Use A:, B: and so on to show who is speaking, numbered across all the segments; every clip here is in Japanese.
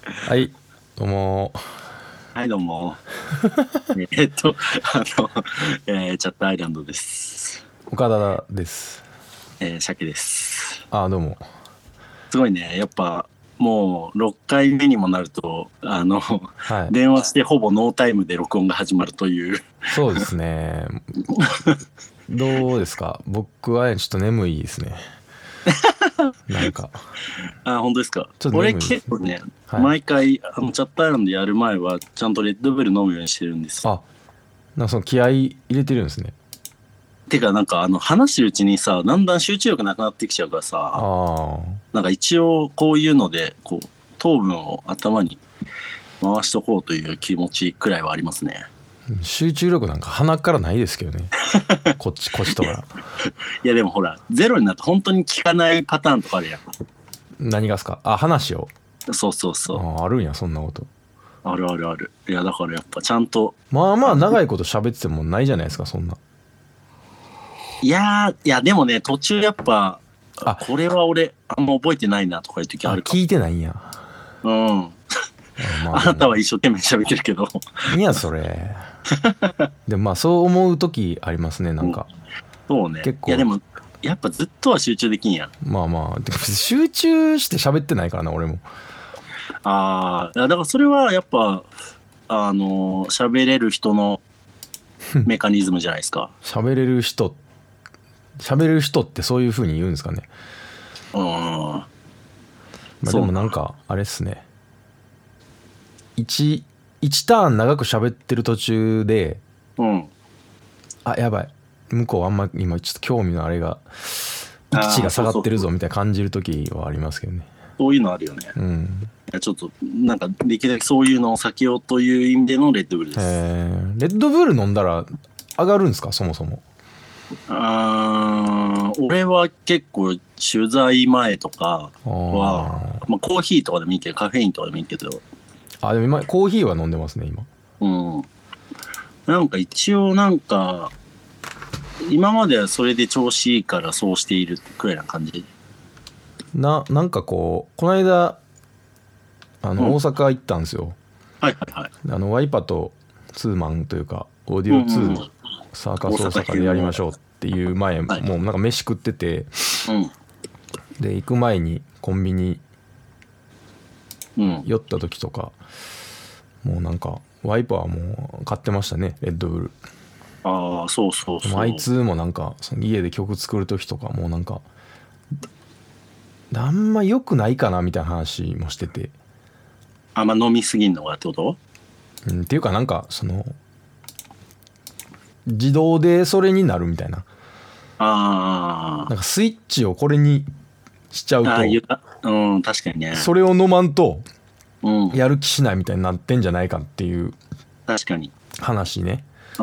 A: はい、どうも。
B: はい、どうも。えっと、あの、チャットアイランドです。
A: 岡田です。
B: 鮭です。
A: あ、どうも。
B: すごいね。やっぱ、もう6回目にもなると、
A: はい。
B: 電話してほぼノータイムで録音が始まるという。
A: そうですね。どうですか？僕はちょっと眠いですね。なんか、
B: あ、本当ですか。
A: ちょっと
B: 俺
A: 眠いですね。
B: 結構ね、
A: はい。
B: 毎回、チャットアイランドやる前は、ちゃんとレッドブル飲むようにしてるんですよ。
A: あ、なんかその気合い入れてるんですね。
B: てか、話してるうちにさ、だんだん集中力なくなってきちゃうからさ、
A: あ
B: 一応こういうので、こう、糖分を頭に回しとこうという気持ちくらいはありますね。
A: あ、集中力なんか鼻からないですけどね。こっち、こっちとか。
B: いやでもほら、ゼロになって本当に効かないパターンとかあるやん。
A: 何がっすか？あ、話を。
B: そうそうそう。
A: あるんや、そんなこと。
B: あるあるある。いやだからやっぱちゃんと、
A: まあまあ
B: あの
A: 長いこと喋っててもないじゃないですか、そんな。
B: いやでもね、途中やっぱ、
A: あ、
B: これは俺あんま覚えてないなとかいう時あるか
A: 聞いてないんや。
B: も。うん。
A: まあでも。
B: あなたは一生懸命喋ってるけど。
A: いや、それ。でもまあそう思う時ありますね、なん
B: うん。
A: か。
B: そうね。
A: 結構、
B: いやでも、やっぱずっとは集中できんやん。
A: まあまあ、でも別に集中して喋ってないからな、俺も。
B: ああ、だからそれはやっぱ、喋れる人のメカニズムじゃないですか。
A: 喋れる人、喋れる人ってそういう風に言うんですかね。
B: うん。
A: まあで
B: そうな。
A: もなんか、あれっすね。一ターン長く喋ってる途中で、
B: うん。
A: あ、やばい。向こうあんま今ちょっと興味のあれが、域値
B: ああ、
A: が下がってる
B: そうそうそう。
A: ぞみたいな感じる時はありますけどね。
B: そういうのあるよね。
A: うん。
B: いや、ちょっと、できるだけそういうのを避けようという意味でのレッドブルです。
A: レッドブル飲んだら上がるんですか、そもそも。
B: 俺は結構、取材前とかは、
A: あ
B: まあ、コーヒーとかでもいいけど、カフェインとかでもいいけど、
A: あ。あ、でも今、コーヒーは飲んでますね、今。
B: うん。一応今まではそれで調子いいからそうしているくらいな感じ。
A: なんかこう、この間、
B: うん。
A: 大阪行ったんですよ。
B: はいはいはい。
A: ワイパとツーマンというか、オーディオ
B: うんうんうん。
A: 2サーカ
B: 大
A: ス大
B: 阪編の。
A: 阪でやりましょうっていう前、
B: はい。
A: もうなんか飯食ってて、
B: うん。
A: で、行く前にコンビニ
B: うん。
A: 寄った時とか、もうなんか、ワイパはもう買ってましたね、レッドブル。
B: ああ、そうそう
A: でもあい
B: そう。
A: つもなんか、その家で曲作る時とか、もうなんか、あんま良くないかなみたいな話もしてて。
B: あんま飲みすぎんのがってこと？
A: っていうかなんか、その、自動でそれになるみたいな。
B: あ
A: なんかスイッチをこれにしちゃう
B: あ、ああ、
A: と、
B: うん、確かにね。
A: それを飲まんと
B: うん、
A: やる気しないみたいになってんじゃないかっていう
B: 確かに。
A: 話ね。
B: うん。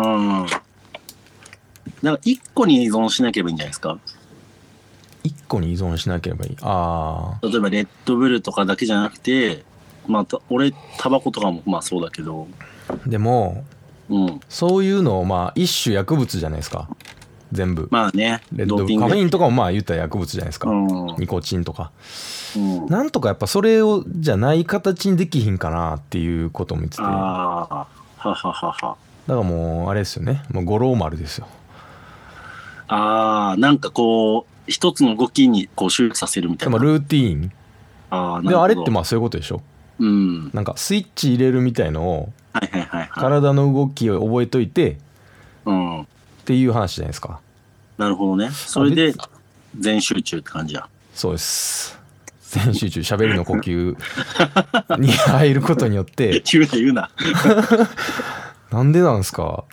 B: 一個に依存しなければいいんじゃないですか。
A: 一個に依存しなければいい。あ
B: 例えば、レッドブルとかだけじゃなくて、まあ、俺、タバコとかもまあそうだけど、
A: ー。でも、
B: うん。
A: そういうのをまあ一種薬物じゃないですか。全部。
B: まあね、
A: レッドブル。
B: ドーピング。
A: カフェインとかもまあ言ったら薬物じゃないですか。
B: うん。うん。
A: ニコチンとか。
B: あ
A: なんとかやっぱそれをじゃない形にできひんかなっていうことも言ってて。だか
B: あ、はははは。
A: らもうあれですよね。もう五郎丸ですよ。
B: ああ、一つの動きにこう集約させるみたいな。
A: でもルーティーン。
B: ああ、な
A: でもあれ
B: るほど。
A: ってまあそういうことでしょ。
B: うん。
A: なんかスイッチ入れるみたいのを
B: はいはいはいはい。
A: 体の動きを覚えといて
B: うん。
A: っていう話じゃないですか。
B: なるほどね。そ
A: あ、
B: れで、全集中って感じや。
A: そうです。全集中、喋りの呼吸に入ることによって、
B: 言うな言うな。
A: なんでなんすか？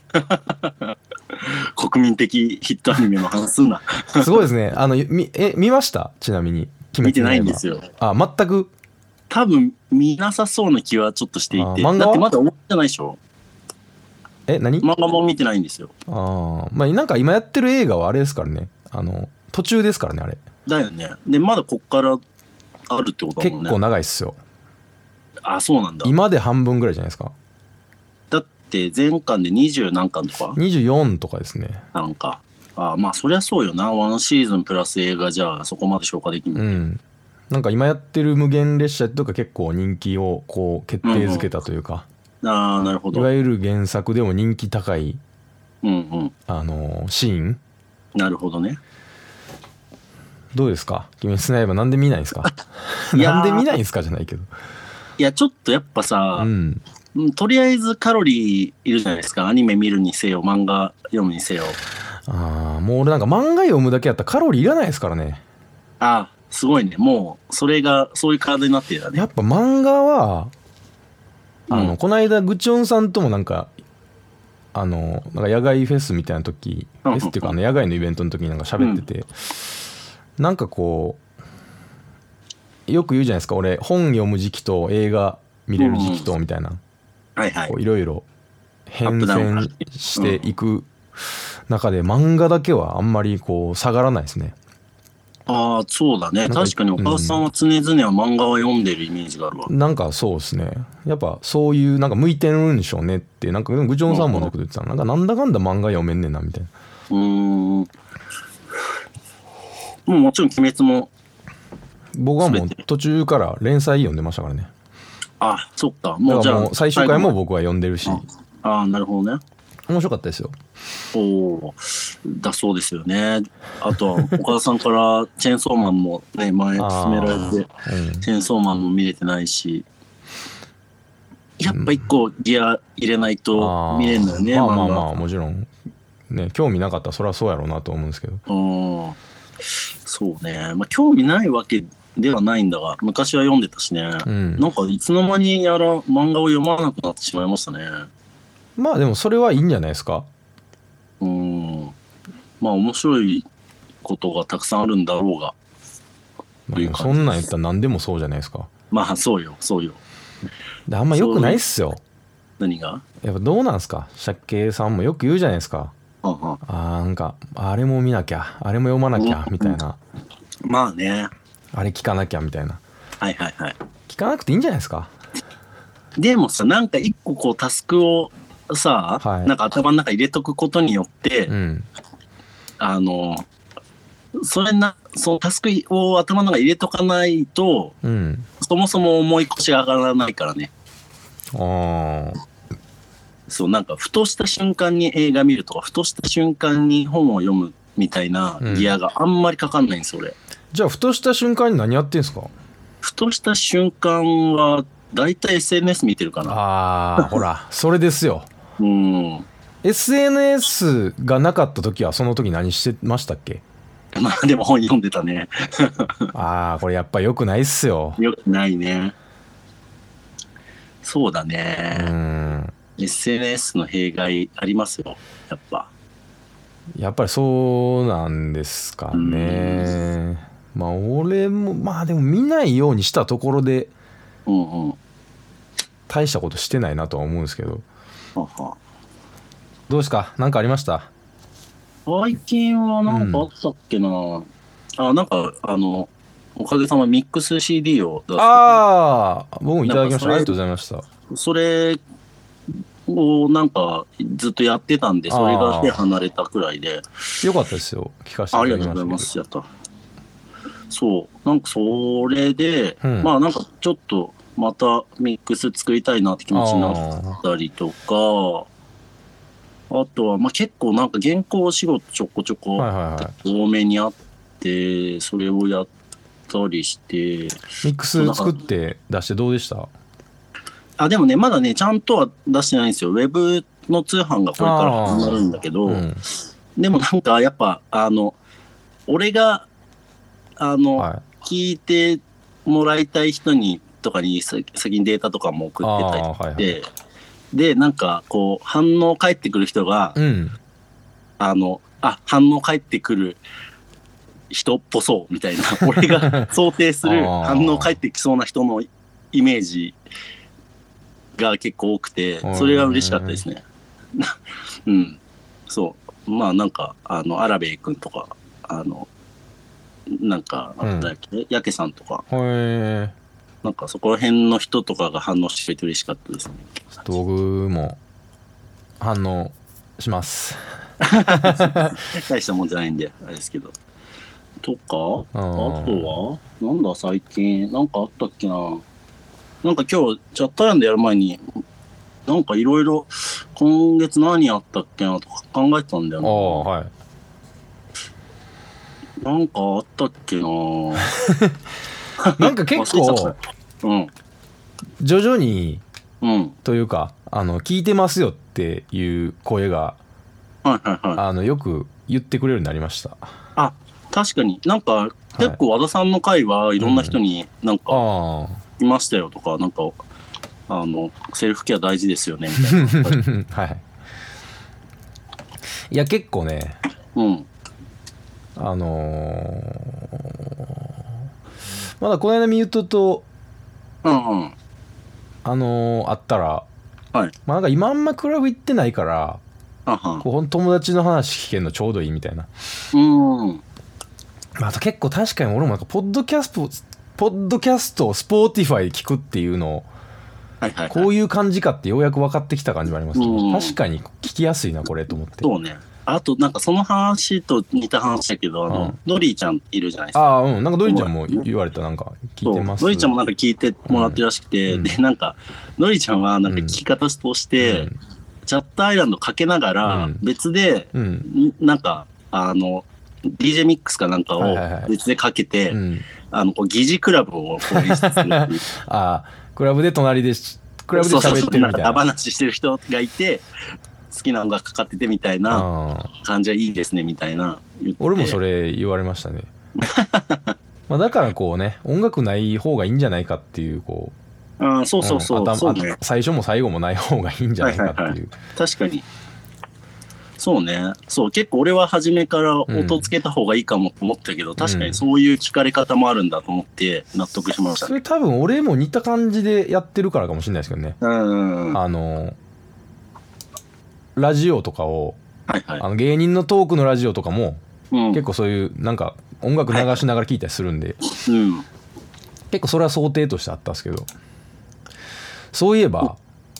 B: 国民的ヒットアニメの話すんな。
A: すごいですね。見ました？ちなみに、鬼
B: 見てないん
A: 滅の
B: ですよ。
A: 刃。あ、全く。
B: 多分見なさそうな気はちょっとしていて。だって
A: 漫画は？
B: まだ終わってないでしょ？
A: 何？
B: 漫画も見てないんですよ。
A: まあ、なんか今やってる映画はあれですからね。途中ですからね、あれ。
B: だよね。で、まだこっからあるってことだもんね。
A: 結構長いっすよ。
B: あ、そうなんだ。
A: 今で半分ぐらいじゃないですか。
B: だって前巻で20何巻とか
A: 24とかですね。
B: なんか。あ、まあそりゃそうよな。ワンシーズンプラス映画じゃあそこまで消化できんもんね。
A: うん。 なんか今やってる無限列車とか結構人気をこう決定づけたというか、
B: ああ、なるほど。
A: いわゆる原作でも人気高い
B: うんうん。
A: シーン。
B: なるほどね。
A: どうですか鬼滅の刃、なんで見ないんですか？
B: いやー
A: なんで見ないんですかじゃないけど。
B: いや、ちょっとやっぱ
A: う
B: さ、
A: ん。
B: とりあえずカロリーいるじゃないですか。アニメ見るにせよ、漫画読むにせよ。
A: ああ、もう俺なんか漫画読むだけやったらカロリーいらないですからね。
B: ああ、すごいね。もう、それが、そういう体になってるんだね。
A: やっぱ漫画は、
B: うん
A: この間グチョンさんともなんかなんか野外フェスみたいな時、フェスっていうか野外のイベントの時になんか喋ってて、なんかこうよく言うじゃないですか、俺本読む時期と映画見れる時期とみたいな、
B: はいはい。
A: いろいろ変
B: アップダウンが
A: 遷していく中で漫画だけはあんまりこう下がらないですね。
B: ああ、そうだね。
A: なんか
B: 確かにお母さんは常々は漫画は読んでるイメージがあるわ。
A: なんかそうですね、やっぱそういうなんか向いてるんでしょうねって、なんかでもグジョンさんものこと言ってたの、なんだかんだ漫画読めんねんなみたいな。
B: もうもちろん鬼滅も、
A: 僕はもう途中から連載読んでましたからね。
B: あ、そっか。
A: だ
B: もうじゃあ、
A: からもう最終回も
B: 最後
A: 僕は読んでるし、
B: ああ、なるほどね。
A: 面白かったですよ。
B: おお、だそうですよね。あとは、お母さんからチェーンソーマンもね、前勧められて、チェーンソーマンも見れてないし、やっぱ一個ギア入れないと見れるんだよね、
A: まあまあ
B: 漫画。
A: まあもちろんね、興味なかったらそりゃそうやろうなと思うんですけど。
B: そうね。まあ、興味ないわけではないんだが、昔は読んでたしね。なんかいつの間にやら漫画を読まなくなってしまいましたね。
A: まあでもそれはいいんじゃないですか。
B: まあ面白いことがたくさんあるんだろうが。という感じです。
A: そんなん言ったら何でもそうじゃないですか。
B: まあそうよ、そうよ。
A: であんま良くないっすよ。
B: 何が？
A: やっぱどうなんすか、借景さんもよく言うじゃないですか。なんかあれも見なきゃ、あれも読まなきゃみたいな、
B: まあね。
A: あれ聞かなきゃみたいな。
B: はいはいはい。
A: 聞かなくていいんじゃないですか。
B: でもさ、なんか一個こうタスクをさ、
A: はい
B: なんか頭の中入れとくことによって、そのタスクを頭の中に入れとかないと、そもそも重い腰が上がらないからね。そう、なんかふとした瞬間に映画見るとか、ふとした瞬間に本を読むみたいなギアがあんまりかかんないんですよ、俺。
A: じゃあふとした瞬間に何やってんすか？
B: ふとした瞬間はだいたい SNS 見てるかな。
A: ほらそれですよ。SNS がなかった時はその時何してましたっけ？
B: まあでも本読んでたね。
A: これやっぱ良くないっすよ。
B: よくないね。そうだね。SNS の弊害ありますよ、やっぱ。
A: やっぱりそうなんですかね。まあ俺もまあでも見ないようにしたところで大したことしてないなとは思うんですけど。どうですか、何かありました？
B: 最近は何かあったっけな。なんかおかげさまミックス CD を出して、
A: 僕もいただきました。ありがとうございました。
B: それをなんかずっとやってたんで、それが手離れたくらいで。
A: よかったですよ、聞かせていただきました。
B: ありがとうございます。やった。そう、なんかそれで、まあなんかちょっとまたミックス作りたいなって気持ちになったりとか、あとはまあ結構なんか原稿仕事ちょこちょこ多めにあって、それをやったりして。ミ
A: ックス作って出してどうでした？
B: でもね、まだね、ちゃんとは出してないんですよ。ウェブの通販がこれから始まるんだけど、でもなんかやっぱ、俺が、聞いてもらいたい人に、とかに先にデータとかも送ってたりして、で、なんかこう、反応返ってくる人が、反応返ってくる人っぽそうみたいな、俺が想定する反応返ってきそうな人のイメージが結構多くて、それが嬉しかったですね。そう。まあなんか、アラベイ君とか、なんか、やけさんとか、なんかそこら辺の人とかが反応してくれて嬉しかったですね。
A: 僕も反応します。
B: 大したもんじゃないんで、あれですけど。 とか、あとはなんだ最近、なんかあったっけな。なんか今日、チャットランでやる前に、なんかいろいろ、今月何やったっけなとか考えてたんだよな。
A: はい。
B: なんかあったっけな
A: なんか結構、徐々に、というか、聞いてますよっていう声が、よく言ってくれるようになりました。
B: あ、確かになんか、結構和田さんの回はいろんな人になんか、いましたよとか、なんか、セルフケア大事ですよね、みたいな。
A: はい。いや、結構ね、まだこの間ミュートと、あったら、まあなんか今あんまクラブ行ってないから、こう友達の話聞けるのちょうどいいみたいな。あと結構確かに俺もなんかポッドキャストをスポーティファイで聞くっていうのを、こういう感じかってようやく分かってきた感じもありますね。確かに聞きやすいなこれと思って。
B: そうね。あとなんかその話と似た話だけど、ドリーちゃんいるじゃないですか。
A: なんかドリーちゃんも言われた、なんか聞いてます。
B: ドリーちゃんもなんか聞いてもらってるらしくて、でなんかドリーちゃんはなんか聞き方として、チャットアイランドかけながら別で、なんかDJ ミックスかなんかを別でかけて、こう疑似クラブを演出するっていう。
A: クラブで隣で喋ってるみたいな。
B: ダ話してる人がいて、好きなのがかかっててみたいな感じはいいですねみたいな。
A: 俺もそれ言われましたね。まあだからこうね、音楽ない方がいいんじゃないかっていう、こう。
B: そう。
A: 最初も最後もない方がいいんじゃないかっていう。
B: 確かに。そうね。そう、結構俺は初めから音つけた方がいいかもと思ったけど、確かにそういう聞かれ方もあるんだと思って納得しましたね。
A: それ多分俺も似た感じでやってるからかもしれないですけどね。ラジオとかを、芸人のトークのラジオとかも、結構そういうなんか音楽流しながら聞いたりするんで、結構それは想定としてあったんですけど、そういえば、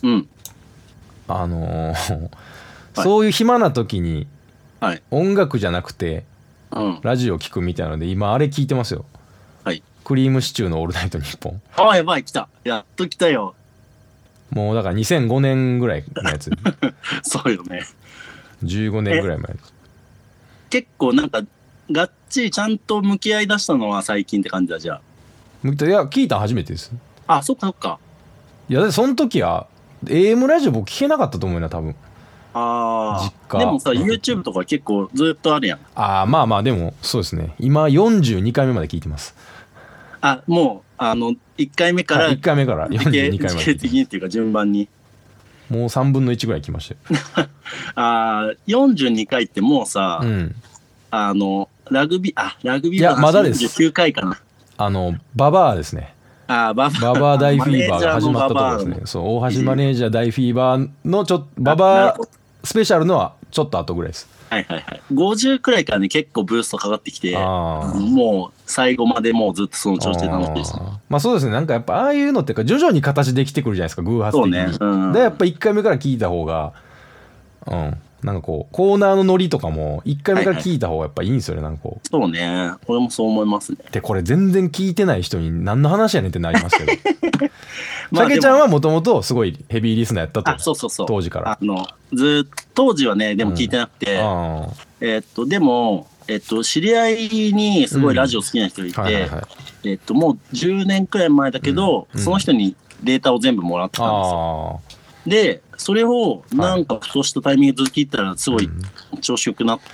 A: そういう暇な時に音楽じゃなくてラジオ聞くみたいなので今あれ聞いてますよ。クリームシチューのオールナイトニッポン。
B: やばい、来た。やっと来たよ。
A: もうだから2005年ぐらいのやつ。
B: そうよね。
A: 15年ぐらい前です。
B: 結構なんかがっちりちゃんと向き合い出したのは最近って感じだ。じゃあ。
A: いや聞いたの初めてです。
B: そっかそっか。
A: いやその時は AM ラジオ僕聞けなかったと思うな多分。
B: 実家。でもさ YouTube とか結構ずっとあるやん。
A: まあでもそうですね。今42回目まで聞いてます。
B: もう1回目から
A: 1回目から42回まで。
B: 時系的にっていうか順番に。
A: もう3分の1ぐらい来ましたよ。
B: 42回ってもうさ、ラグビーは
A: まだです。
B: 49回かな。
A: ババアですね。
B: ババ
A: ア大フィーバーが始まったところですね。そう、大橋マネージャー大フィーバーのババアスペシャルのはちょっと後ぐらいです。
B: 50くらいからね結構ブーストかかってきて、もう最後までもうずっとその調子で楽しいです。
A: まあそうですね。なんかやっぱああいうのってか徐々に形できてくるじゃないですか、偶発的に。でやっぱ1回目から聞いた方が、なんかこうコーナーのノリとかも1回目から聞いた方がやっぱいいんですよね。なんかこう。
B: そうね。俺もそう思いますね。
A: でこれ全然聞いてない人に何の話やねんってなりますけど。たけちゃんはもともとすごいヘビーリスナーやったと。
B: そう
A: 当時から。
B: 当時はねでも聞いてなくて、でも知り合いにすごいラジオ好きな人がいて、もう10年くらい前だけど、その人にデータを全部もらったんですよ。でそれをなんかふとしたタイミングでずっと聞いたらすごい調子よくなって、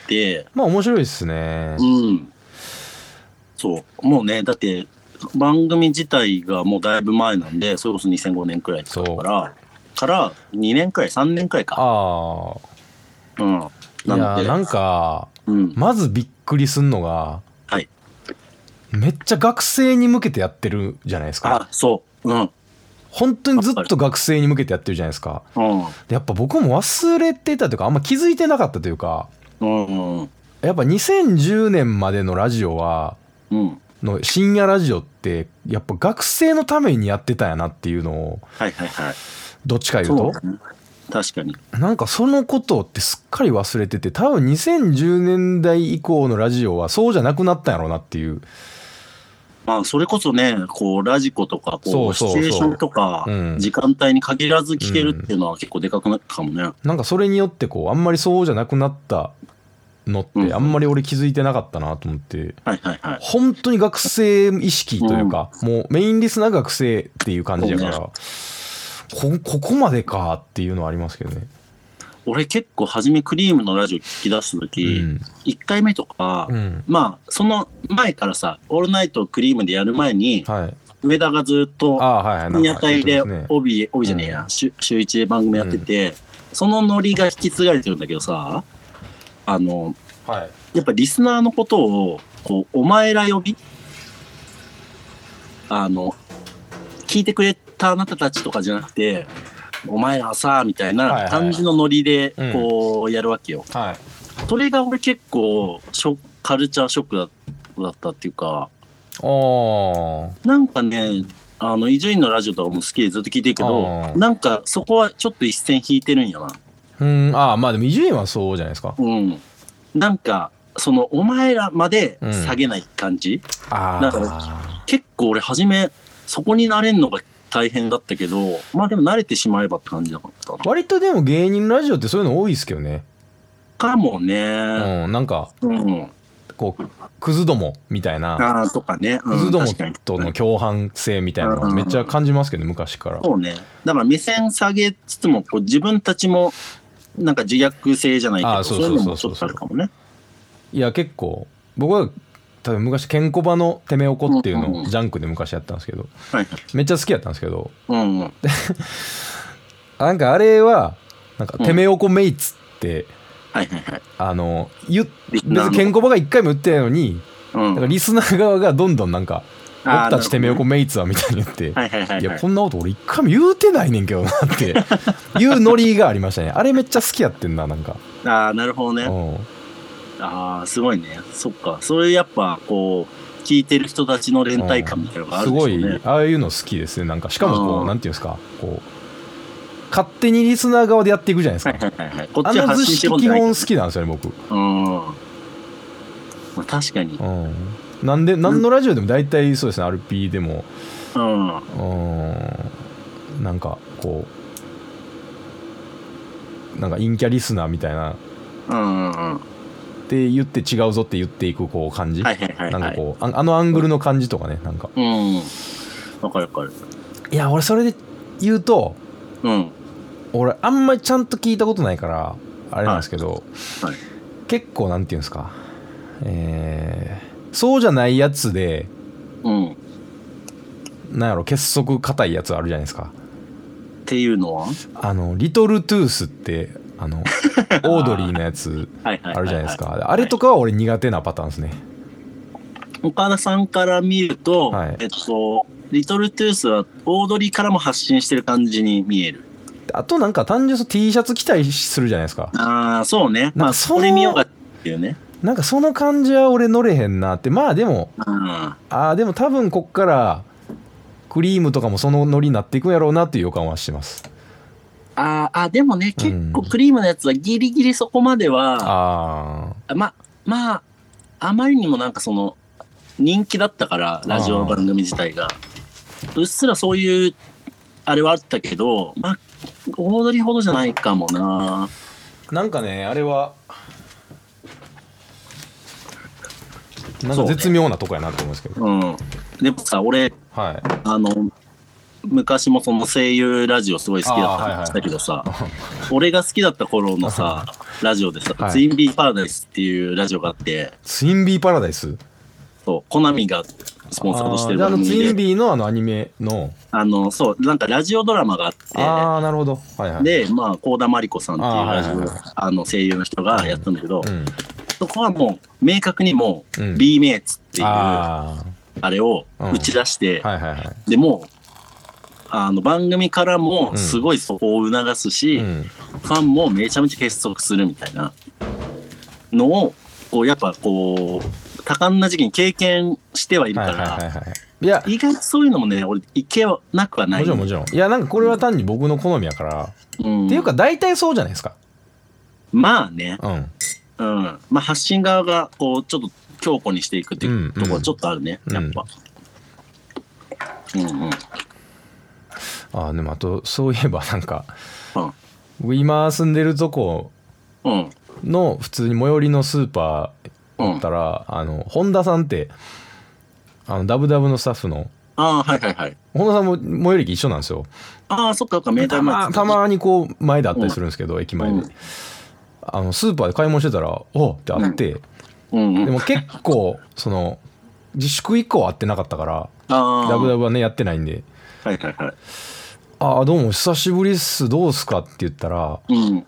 A: まあ面白いですね。
B: そうもうねだって番組自体がもうだいぶ前なんで、それこそ2005年くらいとかから2年くらい3年くらいか。
A: いやなんか、まずびっくりすんのが、めっちゃ学生に向けてやってるじゃないですか。本当にずっと学生に向けてやってるじゃないですか。でやっぱ僕も忘れてたというかあんま気づいてなかったというか、やっぱ2010年までのラジオは、の深夜ラジオってやっぱ学生のためにやってたんやなっていうのを、どっちか言うと
B: 確かに。
A: なんかそのことってすっかり忘れてて、多分2010年代以降のラジオはそうじゃなくなったんやろうなっていう。
B: まあそれこそね、こうラジコとかこうシチュエーションとか時間帯に限らず聞けるっていうのは結構でかくなったかもね。
A: なんかそれによってこうあんまりそうじゃなくなったのってあんまり俺気づいてなかったなと思って、本当に学生意識というか、もうメインリスナー学生っていう感じやから、ここまでかっていうのはありますけどね。
B: 俺結構初めクリームのラジオ聞き出した時、1回目とか、まあその前からさオールナイトクリームでやる前に、上田がずっと深夜帯で帯じゃねえや、週1で番組やってて、そのノリが引き継がれてるんだけどさ、やっぱリスナーのことをこうお前ら呼び、聞いてくれたあなたたちとかじゃなくて、お前らさみたいな感じのノリでこうやるわけよ。それが俺結構カルチャーショックだったっていうか、なんかね、伊集院のラジオとかも好きでずっと聞いてるけど、なんかそこはちょっと一線引いてるんやな。
A: まあでも伊集院はそうじゃないですか。
B: なんかそのお前らまで下げない感じ。だから結構俺初めそこに慣れんのが大変だったけど、まあでも慣れてしまえばって感じだったな。
A: 割とでも芸人ラジオってそういうの多いですけどね。
B: かもね。
A: なんか、こうクズどもみたいな、
B: とかね、
A: クズどもとの共犯性みたいなのめっちゃ感じますけど、昔から。
B: そうね。だから目線下げつつもこう自分たちもなんか自虐性じゃないけど、そういうのもちょっとあるかもね。い
A: や結構僕は多分昔ケンコバのテメオコっていうのをジャンクで昔やったんですけど、めっちゃ好きやったんですけど、なんかあれはなんかテメオコメイツって別にケンコバが一回も言ってないのに、だからリスナー側がどんどんなんか僕たちテメオコメイツはみたいに言って、いやこんなこと俺一回も言うてないねんけどなっていうノリがありましたね。あれめっちゃ好きやってんな、なんか。
B: なるほどね。すごいね。そっか。それやっぱこう聞いてる人たちの連帯感みたいなのがあるんでしょうね。
A: すごいああいうの好きですね。なんかしかもこうなんていうんですか、こう勝手にリスナー側でやっていくじゃないですか。
B: こっちは発信してるんじゃない。
A: 基本好きなんですよね、僕。
B: まあ確かに。
A: 何のラジオでも大体そうですね。RP でもなんかこうなんか陰キャリスナーみたいなって言って違うぞって言っていくこう感じ、なんかこうあのアングルの感じとかね、なんか
B: わかるわかる。
A: いや俺それで言うと、俺あんまりちゃんと聞いたことないからあれなんですけど、結構なんていうんですか、そうじゃないやつで、なんやろ結束硬いやつあるじゃないですか。
B: っていうのは
A: リトルトゥースってオードリーのやつあるじゃないですか。あれとかは俺苦手なパターンですね。
B: 岡田さんから見ると、リトルトゥースはオードリーからも発信してる感じに見える。
A: あとなんか単純に T シャツ着たりするじゃないですか。
B: そうね。まあそれ見ようがっていうね。
A: なんかその感じは俺乗れへんなって。まあでもでも多分こっからクリームとかもそのノリになっていくんやろうなっていう予感はしてます。
B: でもね、結構クリームのやつはギリギリそこまではまああまりにもなんかその人気だったからラジオ番組自体がうっすらそういうあれはあったけど、まあオードリーほどじゃないかもな。
A: なんかねあれはなんか絶妙なとこやなと思うんですけど、
B: でもさ俺、昔もその声優ラジオすごい好きだったんだけどさ、俺が好きだった頃のさラジオでさ、ツインビーパラダイスっていうラジオがあって。
A: ツインビーパラダイス、
B: そうコナミがスポンサーとしてる番組で、
A: ツインビーのアニメの
B: そうなんかラジオドラマがあって、
A: なるほど、
B: でまあ幸田真理子さんっていうラジオ声優の人がやったんだけど、そこはもう明確にもう B メイツっていうあれを打ち出して、でも番組からもすごいそこを促すし、ファンもめちゃめちゃ結束するみたいなのをこうやっぱこう多感な時期に経験してはいるから、いや意外とそういうのもね俺いけなくはない。
A: もちろんいやなんかこれは単に僕の好みやから、っていうか大体そうじゃないですか。
B: まあね、まあ発信側がこうちょっと強固にしていくっていうところちょっとあるね、やっぱ。
A: でもあとそういえばなんか、今住んでるとこの普通に最寄りのスーパーだったら、本田さんってダブダブのスタッフの本田さんも最寄り駅一緒なんですよ。
B: そっか明大前
A: たまにこう前であったりするんですけど、駅前でスーパーで買い物してたらおってあって、でも結構その自粛以降会ってなかったから、ダブダブはねやってないんで、どうも久しぶりっす、どうすかって言ったら、チャ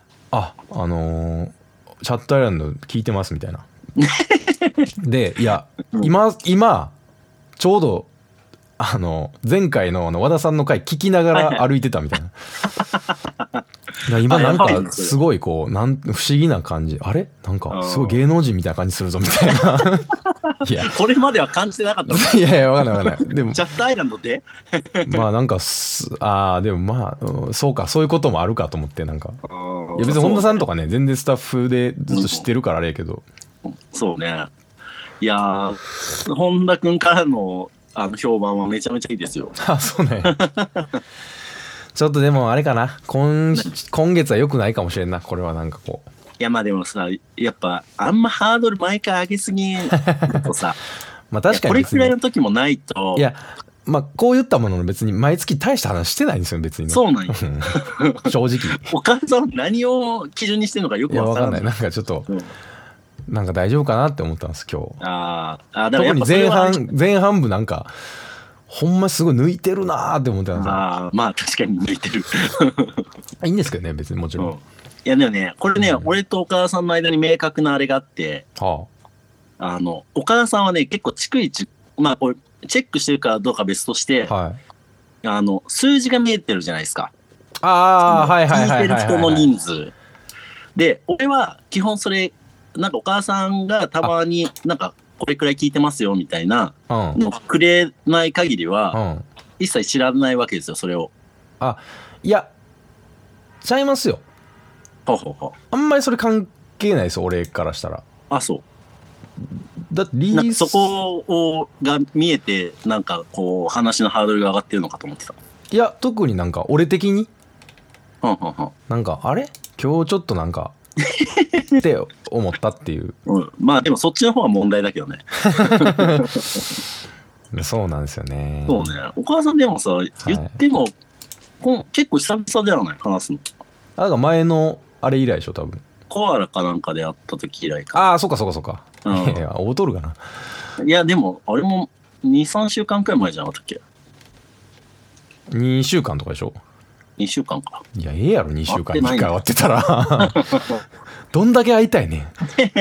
A: ットアイランド聞いてますみたいなで、いや今ちょうど前回の和田さんの回聞きながら歩いてたみたいな。今なんかすごいこう不思議な感じ、あれなんかすごい芸能人みたいな感じするぞみたいな。
B: いやこれまでは感じてなかったの。
A: いやわかんないでも
B: チャットアイランドで
A: まあなんかでもまあそうか、そういうこともあるかと思って、なんかいや別に本田さんとかね全然スタッフでずっと知ってるからあれやけど、
B: そうね。いや本田君からの評判はめちゃめちゃいいですよ。
A: そうね。ちょっとでもあれかな、今月は良くないかもしれんな、これはなんかこう。
B: いやまあでもさ、やっぱあんまハードル毎回上げすぎとさ
A: まあ確かに
B: これくらいの時もないと。
A: いやまあこう言ったものの別に毎月大した話してないんですよ別に、ね、
B: そうなんよ
A: 正直。
B: お母さん何を基準にしてるのかよく分からない。
A: なんかちょっと、なんか大丈夫かなって思ったんです今日。
B: 特
A: に前半部なんかほんますごい抜いてるなーって思ってたんですよ。
B: まあ確かに抜いてる
A: いいんですけどね別に、もちろん。
B: いやでもねこれね、俺とお母さんの間に明確なあれがあって、お母さんはね結構逐一まあこれチェックしてるかどうか別として、数字が見えてるじゃないですか。聞いてる人の人数で、俺は基本それなんかお母さんがたまになんかこれくらい聞いてますよみたいなのくれない限りは一切知らないわけですよ、それを。
A: いやちゃいますよ。あんまりそれ関係ないですよ俺からしたら。
B: そう
A: だって
B: そこが見えてなんかこう話のハードルが上がってるのかと思ってた。
A: いや特になんか俺的になんかあれ今日ちょっとなんかって思ったっていう、
B: まあでもそっちの方が問題だけどね
A: そうなんですよね。
B: そうね。お母さんでもさ言っても、結構久々ではない話すの。
A: だから前のあれ以来でしょ多分。
B: コアラかなんかで会った時以来か。
A: そうか。いや劣るかな。
B: いやでもあれも 2,3 週間くらい前じゃなかったっけ。
A: 2週間とかでしょ。
B: 2週間か。
A: いややろ2週間に1回会ってたらどんだけ会いたいねん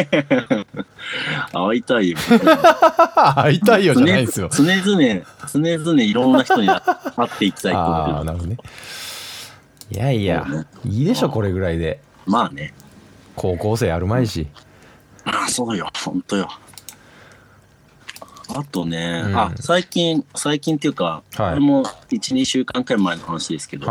B: 会いたいよ
A: 会いたいよじゃないですよ。
B: 常々いろんな人に会っていきたいと思ってる。
A: なるほどね。いやいいでしょこれぐらいで。
B: まあね、
A: 高校生あるまいし。
B: そうよほんとよ。あとね、最近っていうか、あれも 1,2 週間くらい前の話ですけど、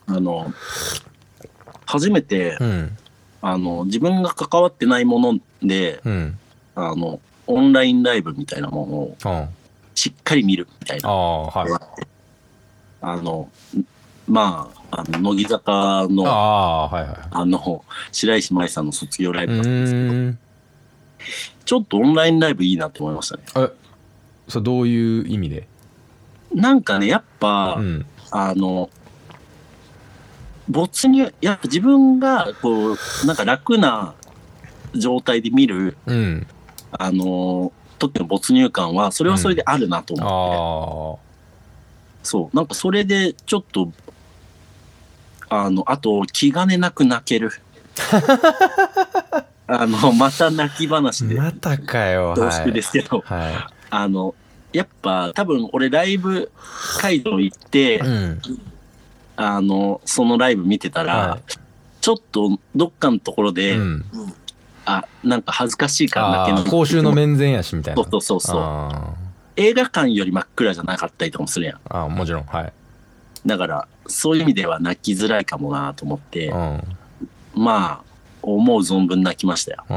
B: 初めて、自分が関わってないもので、オンラインライブみたいなものをしっかり見るみたいな。まあ乃木坂の白石麻衣さんの卒業ライブなんですけど、ちょっとオンラインライブいいなって思いましたね。
A: それどういう意味で？
B: なんかねやっぱ、没入、やっぱ自分がこうなんか楽な状態で見る、時の没入感はそれはそれであるなと思って、そうなんかそれでちょっとあと気兼ねなく泣けるまた泣き話で
A: またかよ
B: 恐縮ですけど、やっぱ多分俺ライブ会場行って、そのライブ見てたら、ちょっとどっかのところで、 なんか恥ずかしいからだけの。
A: 公衆の面前やしみたいな。
B: そう。映画館より真っ暗じゃなかったりとかもするやん。
A: もちろん、はい。
B: だから、そういう意味では泣きづらいかもなと思って、まあ、思う存分泣きましたよ。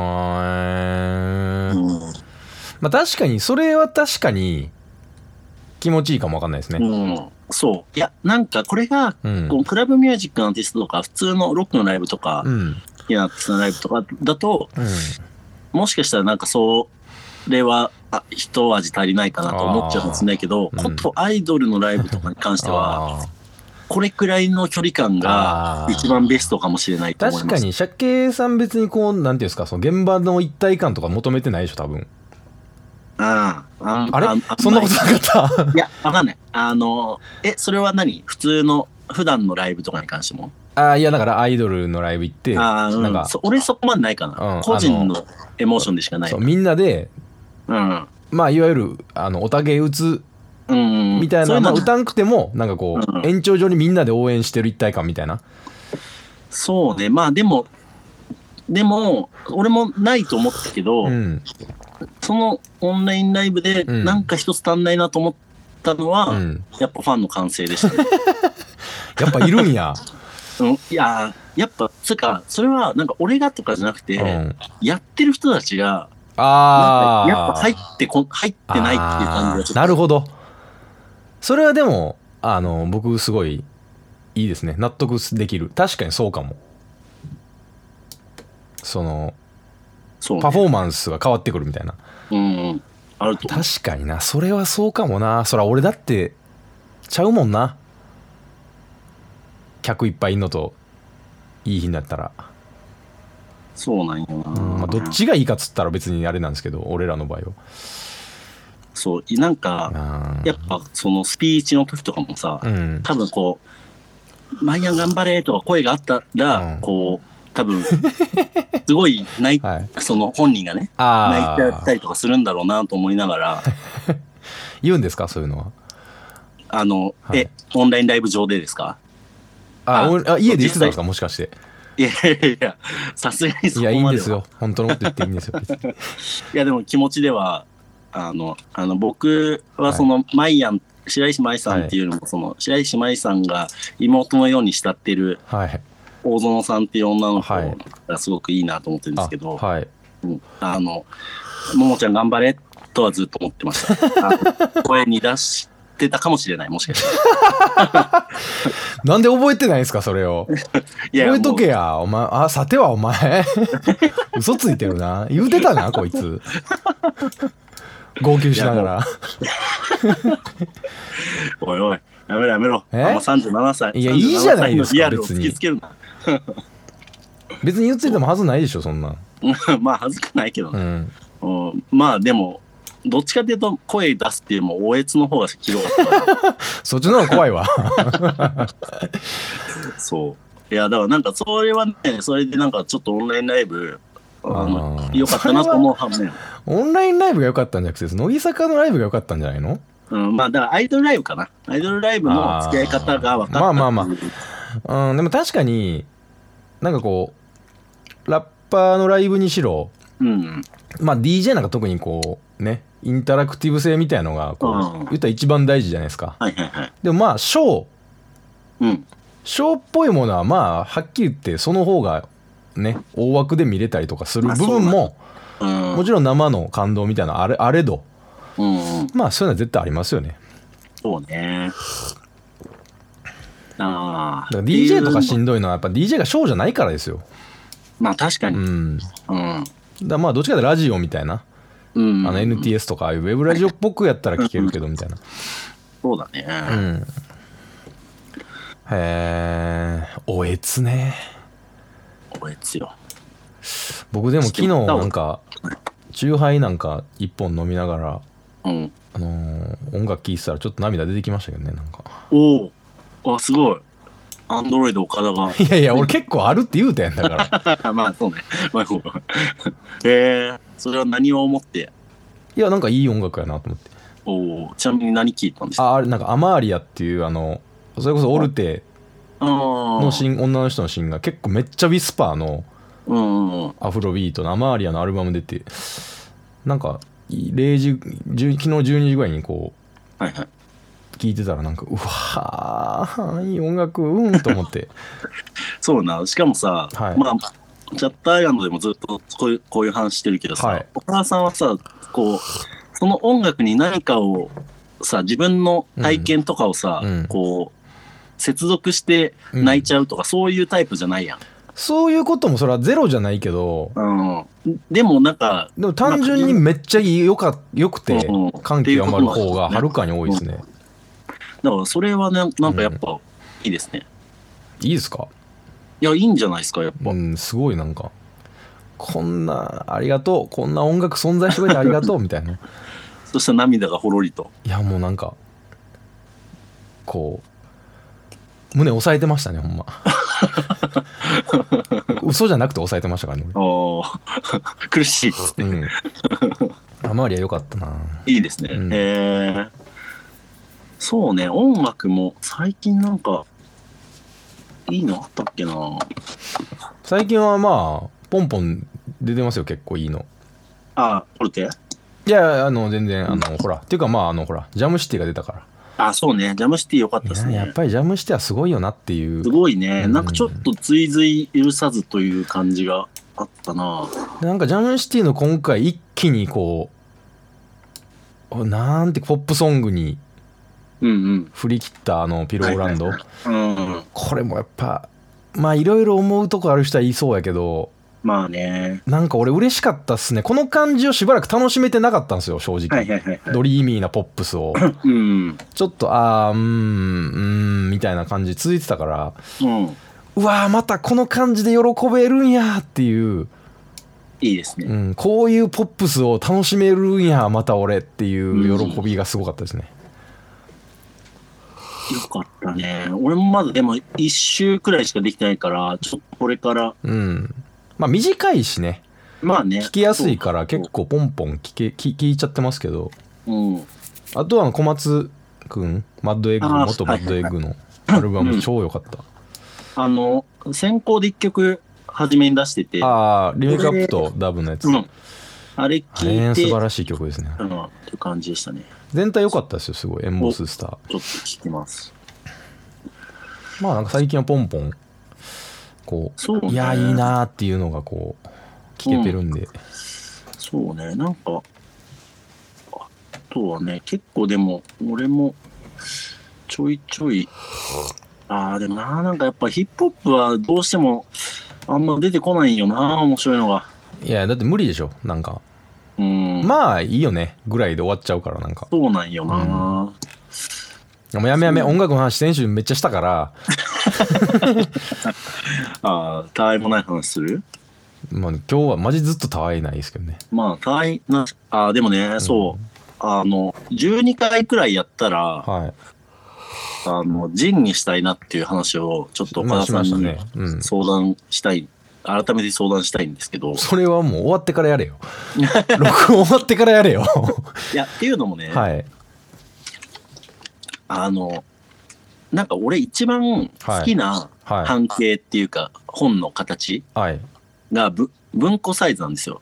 A: まあ確かに、それは確かに気持ちいいかもわかんないですね。
B: そう。いや、なんかこれが、このクラブミュージックのアーティストとか、普通のロックのライブとか、好きなアーティストのライブとかだと、もしかしたらなんかそれは一味足りないかなと思っちゃうかもしれないけど、ことアイドルのライブとかに関しては、これくらいの距離感が一番ベストかもしれないと思います。
A: 確かに、シャケさん別にこう、なんていうんですか、その現場の一体感とか求めてないでしょ、多分。あれそんなことなかった
B: いや、わかんない。それは普通の、普段のライブとかに関しても
A: いや、だからアイドルのライブ行って、なんか
B: 俺そこまでないかな。個人のエモーションでしかない。
A: みんなで、まあ、いわゆる、おたげ打つ、みたいな、歌んくても、なんかこう、延長上にみんなで応援してる一体感みたいな。
B: そうね。まあ、でも、俺もないと思ったけど、そのオンラインライブでなんか一つ足んないなと思ったのは、やっぱファンの歓声でしたね。
A: やっぱいるんや。
B: いや、やっぱ、それはなんか俺がとかじゃなくて、やってる人たちが、やっぱ入ってないっていう感じが
A: なるほど。それはでも、僕すごいいいですね。納得できる。確かにそうかも。パフォーマンスが変わってくるみたいな。
B: あると思う。
A: 確かにな。それはそうかもな。そら俺だってちゃうもんな。客いっぱいいんのといい日になったら。
B: そうなんよな。
A: どっちがいいかっつったら別にあれなんですけど、俺らの場合は。
B: そう、なんか、やっぱそのスピーチの時とかもさ、多分こう、マイアン頑張れとか声があったら、こう、多分、すごいその本人がね、泣いてやったりとかするんだろうなと思いながら。
A: 言うんですか、そういうのは。
B: オンラインライブ上でですか？
A: 家で言ってたんですか、もしかして。
B: いや、さすがにそこまでは。
A: いや、いいんですよ。本当のこと言っていいんですよ。
B: いや、でも気持ちでは、僕はその、白石麻衣さんっていうのも、その、白石麻衣さんが妹のように慕ってる、大園さんっていう女の子がすごくいいなと思ってるんですけど、ももちゃん頑張れとはずっと思ってました。声に出してたかもしれない、もしかしたら。
A: なんで覚えてないんですか、それを。覚えとけや、お前。さてはお前。嘘ついてるな。言うてたな、こいつ。号泣しながら。
B: おいおい、やめろ。37歳。
A: いや、いいじゃないですか、
B: リアルを突きつけるな。
A: 別に言っててもはずないでしょ、そんな。
B: まあ、はずくないけどね。まあ、でも、どっちかというと、声出すっていうよりも、おえつの方が広かった。
A: そっちの方が怖いわ。
B: そう。いや、だからなんか、それはね、それでなんか、ちょっとオンラインライブ、良かったなと思う反面。
A: オンラインライブが良かったんじゃなくて、乃木坂のライブが良かったんじゃないの？
B: まあ、だからアイドルライブかな。アイドルライブの付き合い方が分かった。
A: まあ。でも確かに、なんかこう、ラッパーのライブにしろ、まあ DJ なんか特にこう、ね、インタラクティブ性みたいなのがこう、言ったら一番大事じゃないですか。でもまあ、ショーっぽいものはまあ、はっきり言って、その方が、ね、大枠で見れたりとかする部分も、もちろん生の感動みたいなあれど、まあそういうのは絶対ありますよね。
B: そうね。
A: だから DJ とかしんどいのはやっぱ DJ がショーじゃないからですよ。
B: まあ確かに。
A: だまあどっちかでラジオみたいな、NTS とかああいうウェブラジオっぽくやったら聞けるけどみたいな。
B: そうだね。
A: おえつね。
B: おえつよ。
A: 僕でも昨日なんかチューハイなんか一本飲みながら、音楽聴いてたらちょっと涙出てきましたけどね、なんか。
B: すごい。アンドロイド岡田が。
A: いや俺結構あるって言うたやんだか
B: ら。まあそうね。それは何を思って？
A: いやなんかいい音楽やなと思って。
B: ちなみに何聴いたんですか？
A: あれなんかアマーリアっていうそれこそオルテの女の人のシーンが結構めっちゃウィスパーのアフロビートのアマーリアのアルバム出て、なんか0時昨日12時ぐらいにこう、はいはい、聞いてたらなんかうわーいい音楽と思って
B: そうな、しかもさ、はい、まあチャッターアイランドでもずっとこういう話してるけどさ、はい、お母さんはさこうその音楽に何かをさ自分の体験とかをさ、こう接続して泣いちゃうとか、そういうタイプじゃないやん。
A: そういうこともそれはゼロじゃないけど、
B: でもなんか
A: でも単純にめっちゃよくて感極まる方がはるかに多いですね。
B: だからそれはね、なんかやっぱいいですね。
A: いいですか？
B: いや、いいんじゃないですか、やっぱ。
A: すごいなんかこんなありがとう、こんな音楽存在してくれてありがとうみたいな
B: そしたら涙がほろりと。
A: いやもうなんかこう胸押さえてましたねほんま嘘じゃなくて押さえてましたからね。
B: 苦しいっつって、
A: アマーリア良かったな。
B: いいですね。そうね、音楽も最近なんかいいのあったっけな。
A: 最近はまあポンポン出てますよ、結構いいの。
B: ポルテ？
A: いや全然ほらっていうかまあほらジャムシティが出たから。
B: そうね、ジャムシティ良かったですね。
A: やっぱりジャムシティはすごいよなっていう。
B: すごいね、なんかちょっと追随許さずという感じがあったな。
A: なんかジャムシティの今回一気にこうなんてポップソングに振り切ったピローランド、これもやっぱまあいろいろ思うとこある人は言いそうやけど、
B: まあね、
A: なんか俺嬉しかったっすね。この感じをしばらく楽しめてなかったんですよ正直。ドリーミーなポップスをちょっとみたいな感じ続いてたから、うわーまたこの感じで喜べるんやっていう。
B: いいですね、
A: こういうポップスを楽しめるんやまた俺っていう喜びがすごかったですね。
B: よかったね。俺もまだでも1週くらいしかできてないからちょっとこれから。
A: まあ短いしね。
B: まあね。
A: 聞きやすいから結構ポンポン聞いちゃってますけど。あとは小松くん、マッドエッグ、元マッドエッグのアルバム超良かった。
B: 先行で1曲初めに出してて。
A: リメイクアップとダブのやつ。
B: あれ聞いて。
A: 素晴らしい曲ですね。
B: っていう感じでしたね。
A: 全体良かったですよ、すごい。エンボススター。
B: ちょっと聞きます。
A: まあなんか最近はポンポンこう、いやいいなーっていうのがこう聞けてるんで、
B: そうね、なんかあとはね、結構でも俺もちょいちょいでもなんかやっぱヒップホップはどうしてもあんま出てこないよな、面白いのが。
A: いやだって無理でしょ、なんかまあいいよねぐらいで終わっちゃうから。なんか
B: そうなんよな。
A: もうやめ音楽の話先週めっちゃしたから
B: たわいもない話する？
A: まあ今日はマジずっとたわいないですけどね。
B: まあたわいなでもね、そう12回くらいやったら、ジンにしたいなっていう話をちょっと岡田さんに相談したい、改めて相談したいんですけど。
A: それはもう終わってからやれよ録音終わってからやれよ
B: いやっていうのもね、なんか俺一番好きな半径っていうか本の形が文庫サイズなんですよ。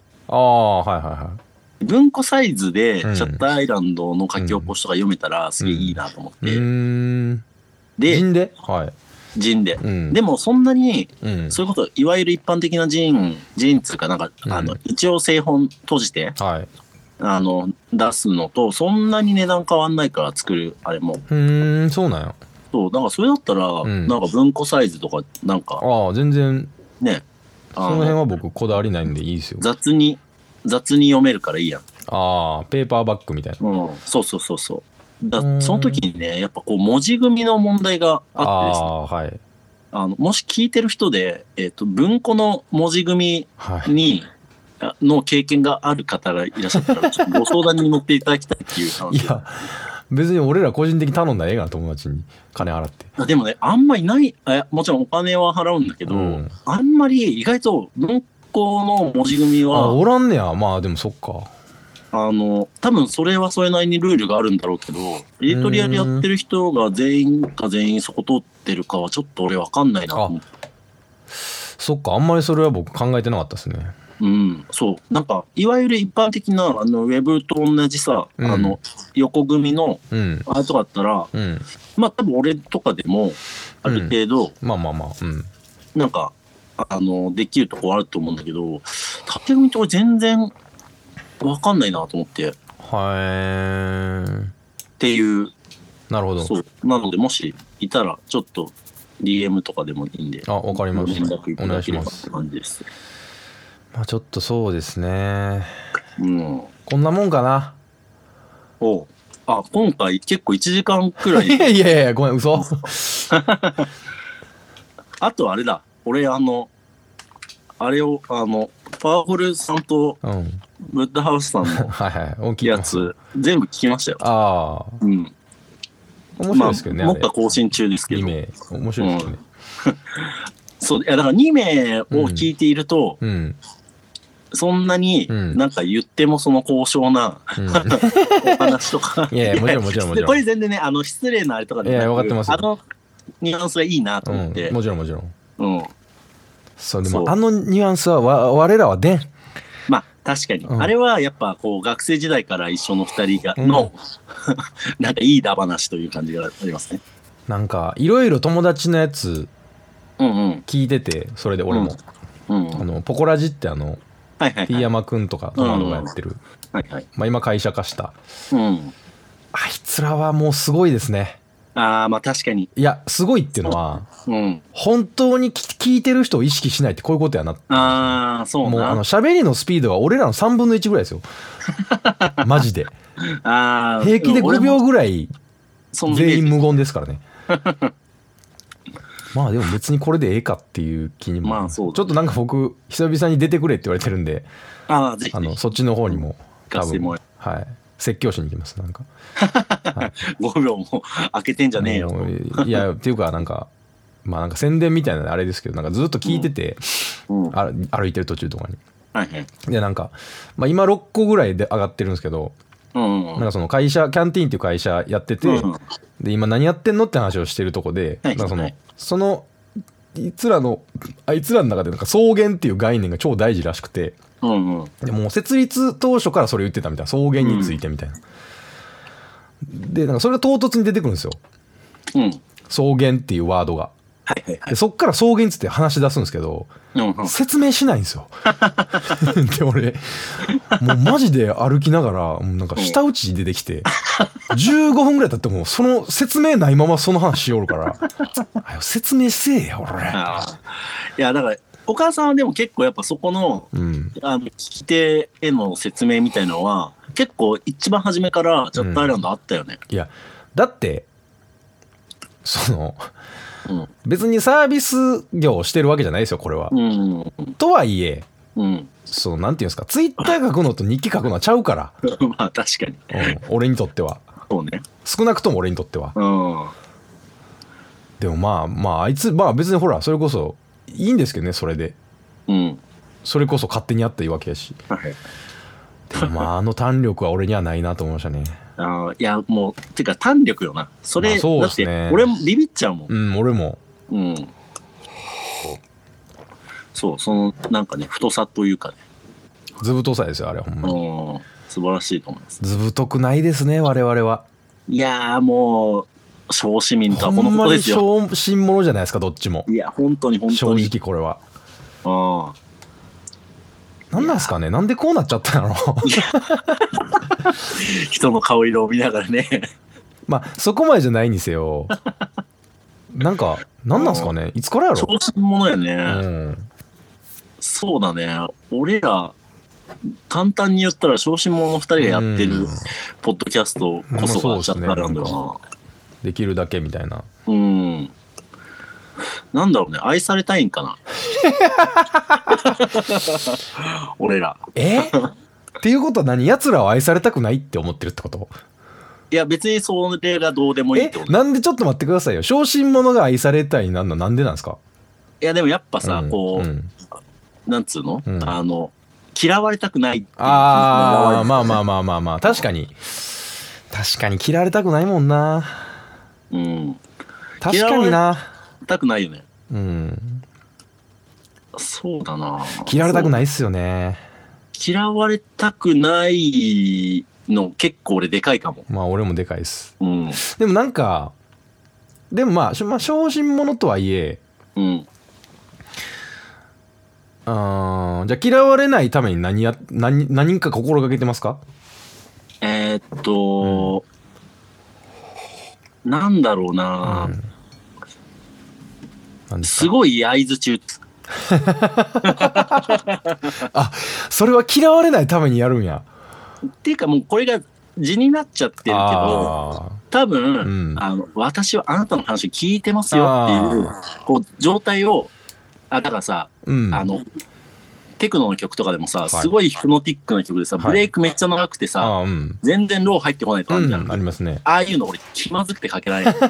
B: 文庫サイズでシャッターアイランドの書き起こしとか読めたらすげえいいなと思って。
A: で、
B: ジンで、でもそんなに、そういうこといわゆる一般的なジンっていうかなんか一応製本閉じて、出すのとそんなに値段変わんないから作るあれも。
A: そうなんや。
B: そうだからそれだったら、なんか文庫サイズとかなんか
A: 全然
B: ね、
A: その辺は僕こだわりないんでいいですよ。
B: 雑に読めるからいいやん。
A: ペーパーバッグみたいな。
B: そうその時にね、やっぱこう文字組みの問題があってですね、もし聞いてる人で、文庫の文字組みに、の経験がある方がいらっしゃったらちょっとご相談に乗っていただきたいっていう話。
A: いや別に俺ら個人的に頼んだらええがな、友達に金払って。
B: でもね、あんまりない、もちろんお金は払うんだけど、あんまり意外と文庫の文字組みは
A: おらんねや。まあでもそっか。
B: 多分それはそれなりにルールがあるんだろうけど、エディトリアルやってる人が全員そこ通ってるかはちょっと俺分かんないなと思って。
A: そっか、あんまりそれは僕考えてなかったですね。
B: うん、そう。なんか、いわゆる一般的な、ウェブと同じさ、
A: うん、
B: 横組の、
A: うん、
B: あれとかだったら、
A: うん、
B: まあ、多分俺とかでも、ある程度、
A: まあまあまあ、うん。
B: なんか、できるとこあると思うんだけど、縦組とか全然わかんないなと思って。っていう。
A: なるほど。
B: そう。なので、もしいたら、ちょっと DM とかでもいいんで。
A: あ、わかりました。
B: 連絡いただければって感じです。
A: まあちょっとそうですね。
B: うん。
A: こんなもんかな。
B: あ、今回結構1時間くらい。
A: いやいやいや、ごめん、嘘。
B: あとあれだ。俺、あれを、パワフルさんと、ブッダハウスさんのやつ、全部聞きましたよ。
A: ああ。
B: うん。
A: 面白いですけどね。
B: もっと更新中ですけど。
A: 2名。面白いですよね。
B: そう、いや、だから2名を聞いていると、そんなになんか言ってもその高尚な、お話とか。
A: いやいや、もちろんもちろんもちろん。
B: これ全然ね、失礼なあれとかで
A: いや、分かってますよ。
B: ニュアンスがいいなと思って。
A: もちろんもちろん。
B: うん。
A: そう、でもニュアンスは我らは出ん。
B: まあ確かに、あれはやっぱこう学生時代から一緒の2人の、なんかいいダ話という感じがありますね。
A: なんかいろいろ友達のやつ聞いてて、それで俺も、ポコラジってT 山くんとかトマトがやってる、まあ今会社化した、あいつらはもうすごいですね。
B: ああ、まあ確かに。
A: いや、すごいっていうのは、本当に聞いてる人を意識しないってこういうことやなって。
B: ああ、そうな。
A: もう喋りのスピードは俺らの3分の1ぐらいですよ。マジで。平気で5秒ぐらい全員無言ですからね。まあでも別にこれでええかっていう気にも、まあそう、ちょっとなんか僕久々に出てくれって言われてるんで、
B: ぜひ
A: そっちの方にも
B: 多分、
A: はい、説教しに行きますなんか。
B: はい、5秒も開けてんじゃねえよ。
A: いやっていうかなんかまあなんか宣伝みたいなあれですけど、なんかずっと聞いてて、歩いてる途中とかに。でなんか、まあ、今6個ぐらいで上がってるんですけど、なんかその会社キャンティーンっていう会社やってて、で今何やってんのって話をしてるとこで、なんかそのあいつらの中でなんか草原っていう概念が超大事らしくて、でもう設立当初からそれ言ってたみたいな、草原についてみたいな。でなんかそれが唐突に出てくるんですよ、草原っていうワードが。でそっから草原つって話し出すんですけど、説明しないんですよ。で俺もうマジで歩きながらもうなんか舌打ち出てきて、15分ぐらい経ってもその説明ないままその話しよるから説明せえや俺。
B: いやだからお母さんはでも結構やっぱそこの、聞き手への説明みたいのは結構一番初めからチャットアイランドあったよね。
A: いやだってその別にサービス業をしてるわけじゃないですよこれは。とはいえ、そうなんていうんですか、ツイッター書くのと日記書くのはちゃうから。
B: まあ確かに、
A: 俺にとっては。
B: そうね。
A: 少なくとも俺にとっては。でもまああいつまあ別にほらそれこそいいんですけどね、それで。それこそ勝手にやったいいわけやし。でもまあ弾力は俺にはないなと思いましたね。
B: いやもうてか弾力よなそれ。そうですね、だって俺もビビっちゃうもん。
A: 俺も。
B: そうそのなんかね太さというかね、
A: 図太さですよあれほんまに。
B: 素晴らしいと思います。
A: 図太くないですね我々は。
B: いやもう小市民とはこのことですよ。
A: ほんまに小心者じゃないですかどっちも。
B: いや本当に
A: 正直これは。なんなんすかね、なんでこうなっちゃったの。
B: 人の顔色を見ながらね。
A: まあそこまでじゃないにせよ、なんかなんなんすかね、いつからやろ。
B: 小心者やね。そうだね、俺ら簡単に言ったら小心者の2人がやってるポッドキャストこそがチャットアイランドよな。
A: できるだけみたいな。
B: なんだろうね、愛されたいんかな。俺ら。
A: っていうことは何、奴らは愛されたくないって思ってるってこと？
B: いや別にそれがどうでもいいってこと。
A: なんで、ちょっと待ってくださいよ、小心者が愛されたいなんでなんですか？
B: いやでもやっぱさ、こうなんつうの、嫌われたくないっていう。
A: まあ確かに嫌われたくないもんな。確かにな。
B: たくないよね。 そうだな。
A: 嫌われたくないっすよね。
B: 嫌われたくないの結構俺でかいかも。
A: まあ俺もでかいっす。
B: うん。
A: でもなんか、でもまあ小心者とはいえ、
B: うん。
A: じゃあ嫌われないために何か心がけてますか？
B: なんだろうな、すごい相づち打つ。
A: あ、それは嫌われないためにやるんや。
B: っていうかもうこれが字になっちゃってるけど、多分、私はあなたの話聞いてますよっていうこう状態を、だからさ、テクノの曲とかでもさ、すごいヒプノティックな曲でさ、ブレイクめっちゃ長くてさ、全然ロー入ってこないとあるじゃん。
A: ありますね。
B: ああいうの俺気まずくてかけられない。だ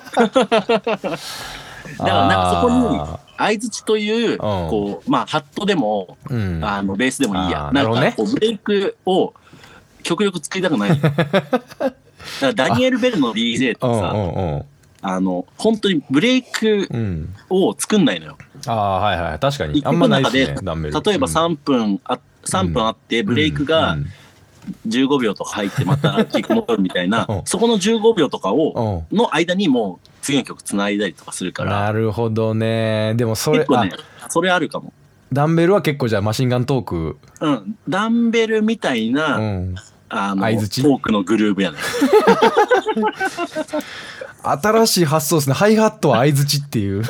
B: からなんかそこに相づちというこうまあハットでもベースでもいいや、なんかこうブレイクを極力作りたくない。だからダニエル・ベルの DJ ってさ、本当にブレイクを作んないのよ。
A: はいはい、確かにあんまないですね。
B: 例えば3分あってブレイクが15秒とか入ってまたキック戻るみたいな、そこの15秒とかをの間にもう次の曲つないだりとかするから。
A: なるほどね。でもそれ
B: 結構ね、それあるかも。
A: ダンベルは結構じゃあマシンガントーク、
B: ダンベルみたいな、トークのグルーブやね。
A: 新しい発想ですね。ハイハットは相づちっていう。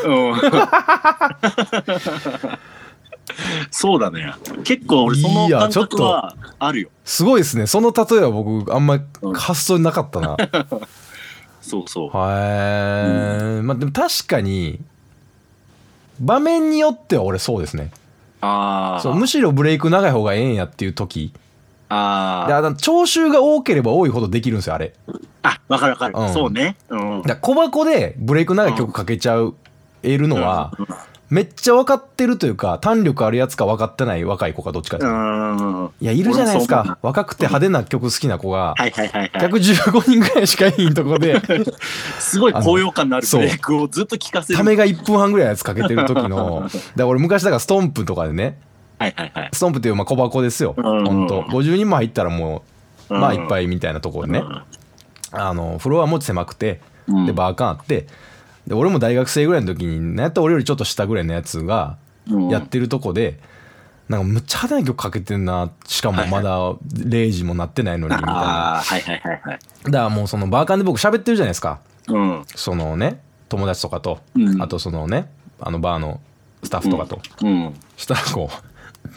B: そうだね。結構俺その感覚はあるよ。
A: すごいですね。その例えは僕あんまり発想になかったな。
B: そうそう。
A: まあでも確かに場面によっては俺そうですね。そう、むしろブレイク長い方がええんやっていう時。聴衆が多ければ多いほどできるんですよ、あれ。
B: わかるわかる。そうね。
A: 小箱でブレイク長い曲かけちゃえるのは、めっちゃ分かってるというか、弾力あるやつか分かってない若い子かどっちかですね。いや、いるじゃないですか。若くて派手な曲好きな子が、115人ぐらいしかいんとこで、
B: すごい高揚感のあるブレイクをずっと聴かせる。
A: ためが1分半ぐらいのやつかけてる時の、俺昔だからストンプとかでね、ストンプっていう小箱ですよ。本当50人も入ったらもう、まあいっぱいみたいなところでね。フロアも狭くて、で、バーカンあって、で、俺も大学生ぐらいの時に、なんやったら俺よりちょっと下ぐらいのやつが、やってるとこで、なんかむっちゃ派手な曲かけてんな、しかもまだ0時もなってないのに、みたいな。だからもうそのバーカンで僕喋ってるじゃないですか。そのね、友達とかと、あとそのね、バーのスタッフとかと。したらこう、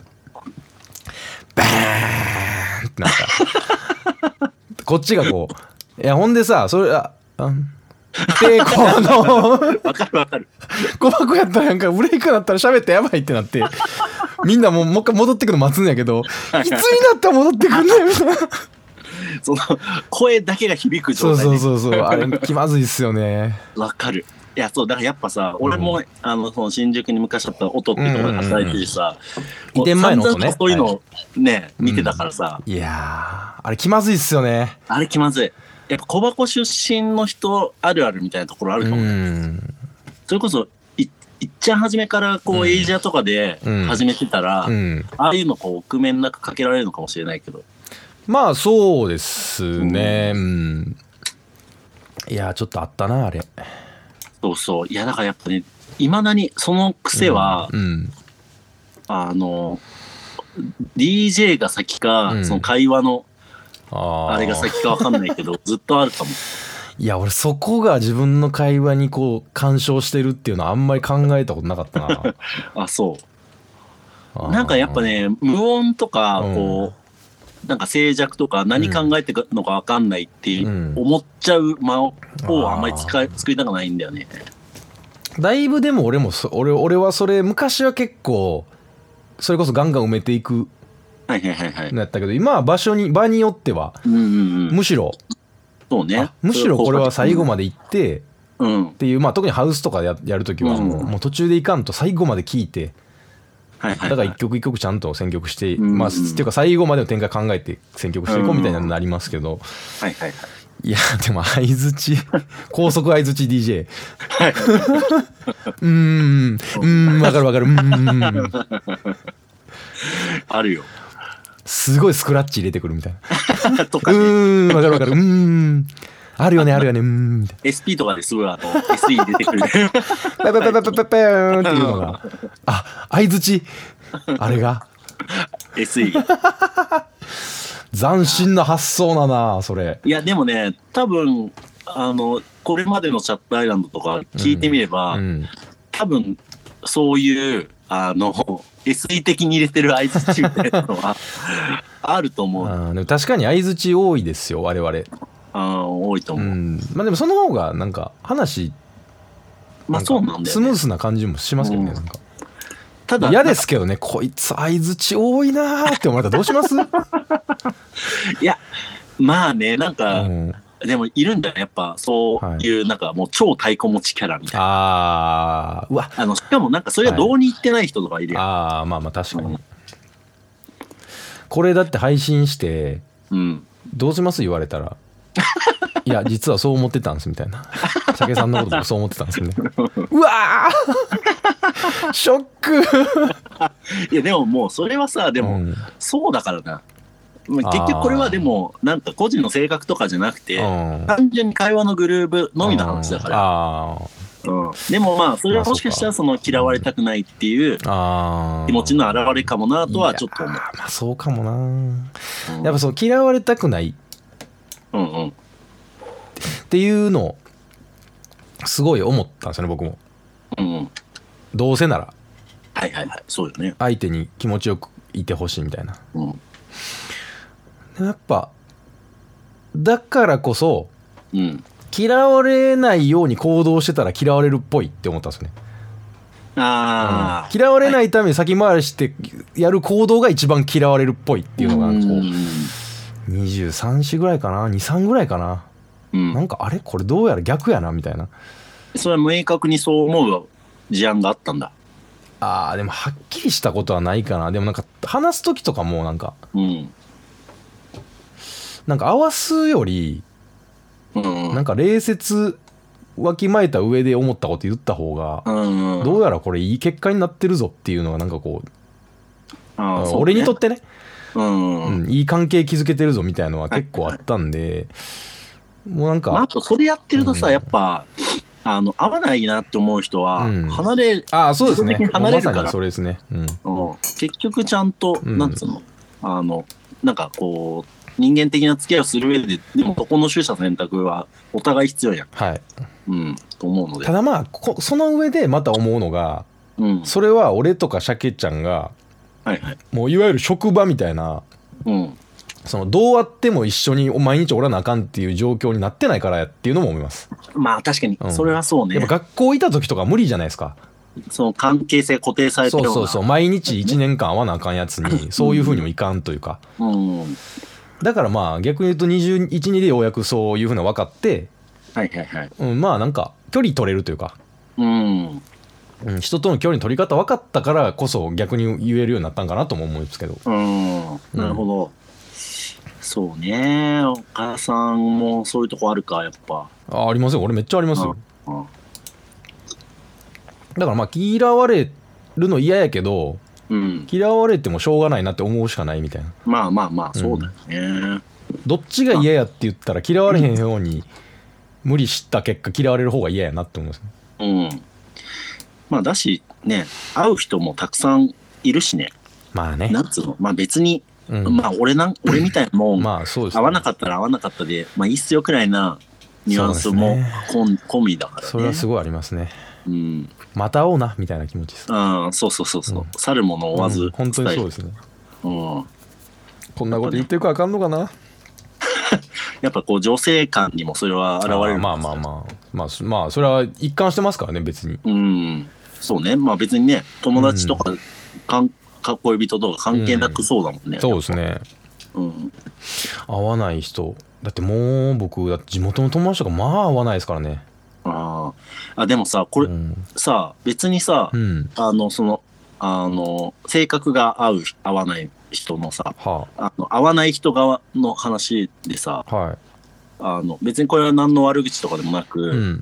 A: バーンってなんかこっちがこう、いやほんでさ、それでこの
B: わかるわかる。
A: 小箱やったらなんかブレイクだったら喋ってやばいってなって、みんなもう一回戻ってくるの待つんやけど、いつになったら戻ってくんねんみたいな。
B: その声だけが響く状態で。
A: そう、あれ気まずいっすよね。
B: わかる。いや、そうだからやっぱさ、俺もその新宿に昔あった音っていうところで働いててさ、
A: 移転前の音ね、
B: そういうのね見てたからさ、
A: いやあれ気まずいっすよね。
B: あれ気まずい。やっぱ小箱出身の人あるあるみたいなところあるかもね。それこそいっちゃん初めからこうエイジアとかで始めてたら、ああいうのこう臆面なくかけられるのかもしれないけど。
A: まあそうですね。いやちょっとあったなあれ。
B: そうそう。いやだからやっぱね、いまだにその癖は、DJ が先か、その会話のあれが先か分かんないけどずっとあるかも。
A: いや俺そこが自分の会話にこう干渉してるっていうのはあんまり考えたことなかったな。
B: そう。なんかやっぱね、無音とかこう、なんか静寂とか何考えてるのか分かんないって思っちゃう間をあんまり作りたくないんだよね。だ
A: いぶでも俺はそれ昔は結構それこそガンガン埋めていくのやったけど、今は場によってはむしろ
B: そうね、
A: むしろこれは最後まで行ってっていう、まあ特にハウスとかやるときはもう途中でいかんと最後まで聴いて、だから一曲一曲ちゃんと選曲して、まあっていうか最後までの展開考えて選曲していこうみたいなのになりますけど、 いやでも相づち高速相づち DJ わかるわかる
B: あるよ。
A: すごいスクラッチ入れてくるみたいな
B: とかね。
A: わかるわかるあるよねあるよねみたいな
B: SP とかですごいSE 出てくる
A: ペペペペペペペーンっていうのが相づちあれが
B: SE
A: 斬新な発想だなそれ。
B: いやでもね多分これまでのチャットアイランドとか聞いてみれば、多分そういうSE 的に入れてる相づちみたいなのはあると思う。
A: でも確かに相づち多いですよ我々。
B: 多いと思う。
A: まあでもその方がなんか話
B: そうなんだよね、
A: スムースな感じもしますけどね。なんか
B: ただ
A: 嫌ですけどね、こいつ相づち多いなーって思われたらどうします
B: いやまあねなんか、でもいるんだよやっぱそういうなんかもう超太鼓持ちキャラみたいな。うわしかもなんかそれがどうに言ってない人とかいるよ。
A: まあまあ確かに、これだって配信して、どうします言われたらいや実はそう思ってたんですみたいな。鮭さんのこと僕そう思ってたんですよね。うわーショック
B: いやでももうそれはさでも、そうだからな。結局これはでもなんか個人の性格とかじゃなくて、単純に会話のグルーブのみの話だから。でもまあそれはもしかしたらその嫌われたくないっていう気持ちの表れかもなとはちょっと思う。
A: まあそうかもな。やっぱそう嫌われたくないっていうのをすごい思ったんですよね僕も。どうせなら
B: そうよね。
A: 相手に気持ちよくいてほしいみたいな。やっぱだからこそ、嫌われないように行動してたら嫌われるっぽいって思ったんですよね。嫌われないために先回りしてやる行動が一番嫌われるっぽいっていうのがこう23、4ぐらいかな23ぐらいかな、なんかあれこれどうやら逆やなみたいな。
B: それは明確にそう思う事案があったんだ。
A: でもはっきりしたことはないかな。でもなんか話す時とかもなんか、なんか合わすより、なんか礼節わきまえた上で思ったこと言った方が、どうやらこれいい結果になってるぞっていうのがなんかこう、俺にとってね、いい関係築けてるぞみたいなのは結構あったんで、もうなんか
B: あとそれやってるとさ、やっぱ合わないなって思う人は離れ、
A: そうですね、
B: 離れるから、
A: まさにそれですね。
B: 結局ちゃんと、なんつうのなんかこう人間的な付き合いをする上ででもそこの取捨選択はお互い必要やん。と思うので。
A: ただまあその上でまた思うのが、それは俺とか鮭ちゃんが、もういわゆる職場みたいな、そのどうあっても一緒に毎日おらなあかんっていう状況になってないからやっていうのも思います。
B: まあ確かにそれはそうね。
A: やっぱ学校いた時とか無理じゃないですか。
B: その関係性固定されてるような。
A: そう毎日1年間会わなあかんやつにそういうふうにもいかんというか、だからまあ逆に言うと21、2でようやくそういうふうな分かって、まあなんか距離取れるというか、人との距離の取り方分かったからこそ逆に言えるようになったんかなとも思うんですけど。
B: なるほど。そうね。お母さんもそういうとこあるかやっぱ。
A: ありますよ。俺めっちゃありますよ。だからまあ嫌われるの嫌やけど、嫌われてもしょうがないなって思うしかないみたいな。
B: まあそうだよね。
A: どっちが嫌やって言ったら嫌われへんように無理した結果嫌われる方が嫌やなって思うんですね。
B: まあだしね、会う人もたくさんいるしね。
A: まあね。
B: なんつうの、まあ別に、まあ俺みたいなもん、会わなかったら会わなかったで、まあいいっすよくらいなニュアンスも込みだからね。
A: それはすごいありますね。また会おうなみたいな気持ちです。
B: そう。去るもの追わず。
A: 本当にそうですね。こんなこと言ってるからあかんのかな。
B: やっぱこう女性感にもそれは現れる。
A: まあそれは一貫してますからね別に。
B: そうね。まあ別にね友達とか恋人とか関係なくそうだもんね。
A: そうですね。会わない人だってもう僕だって地元の友達とかまあ会わないですからね。
B: でもさこれ、さ別にさ、性格が合わない人のさ、合わない人側の話でさ、 別にこれは何の悪口とかでもなく、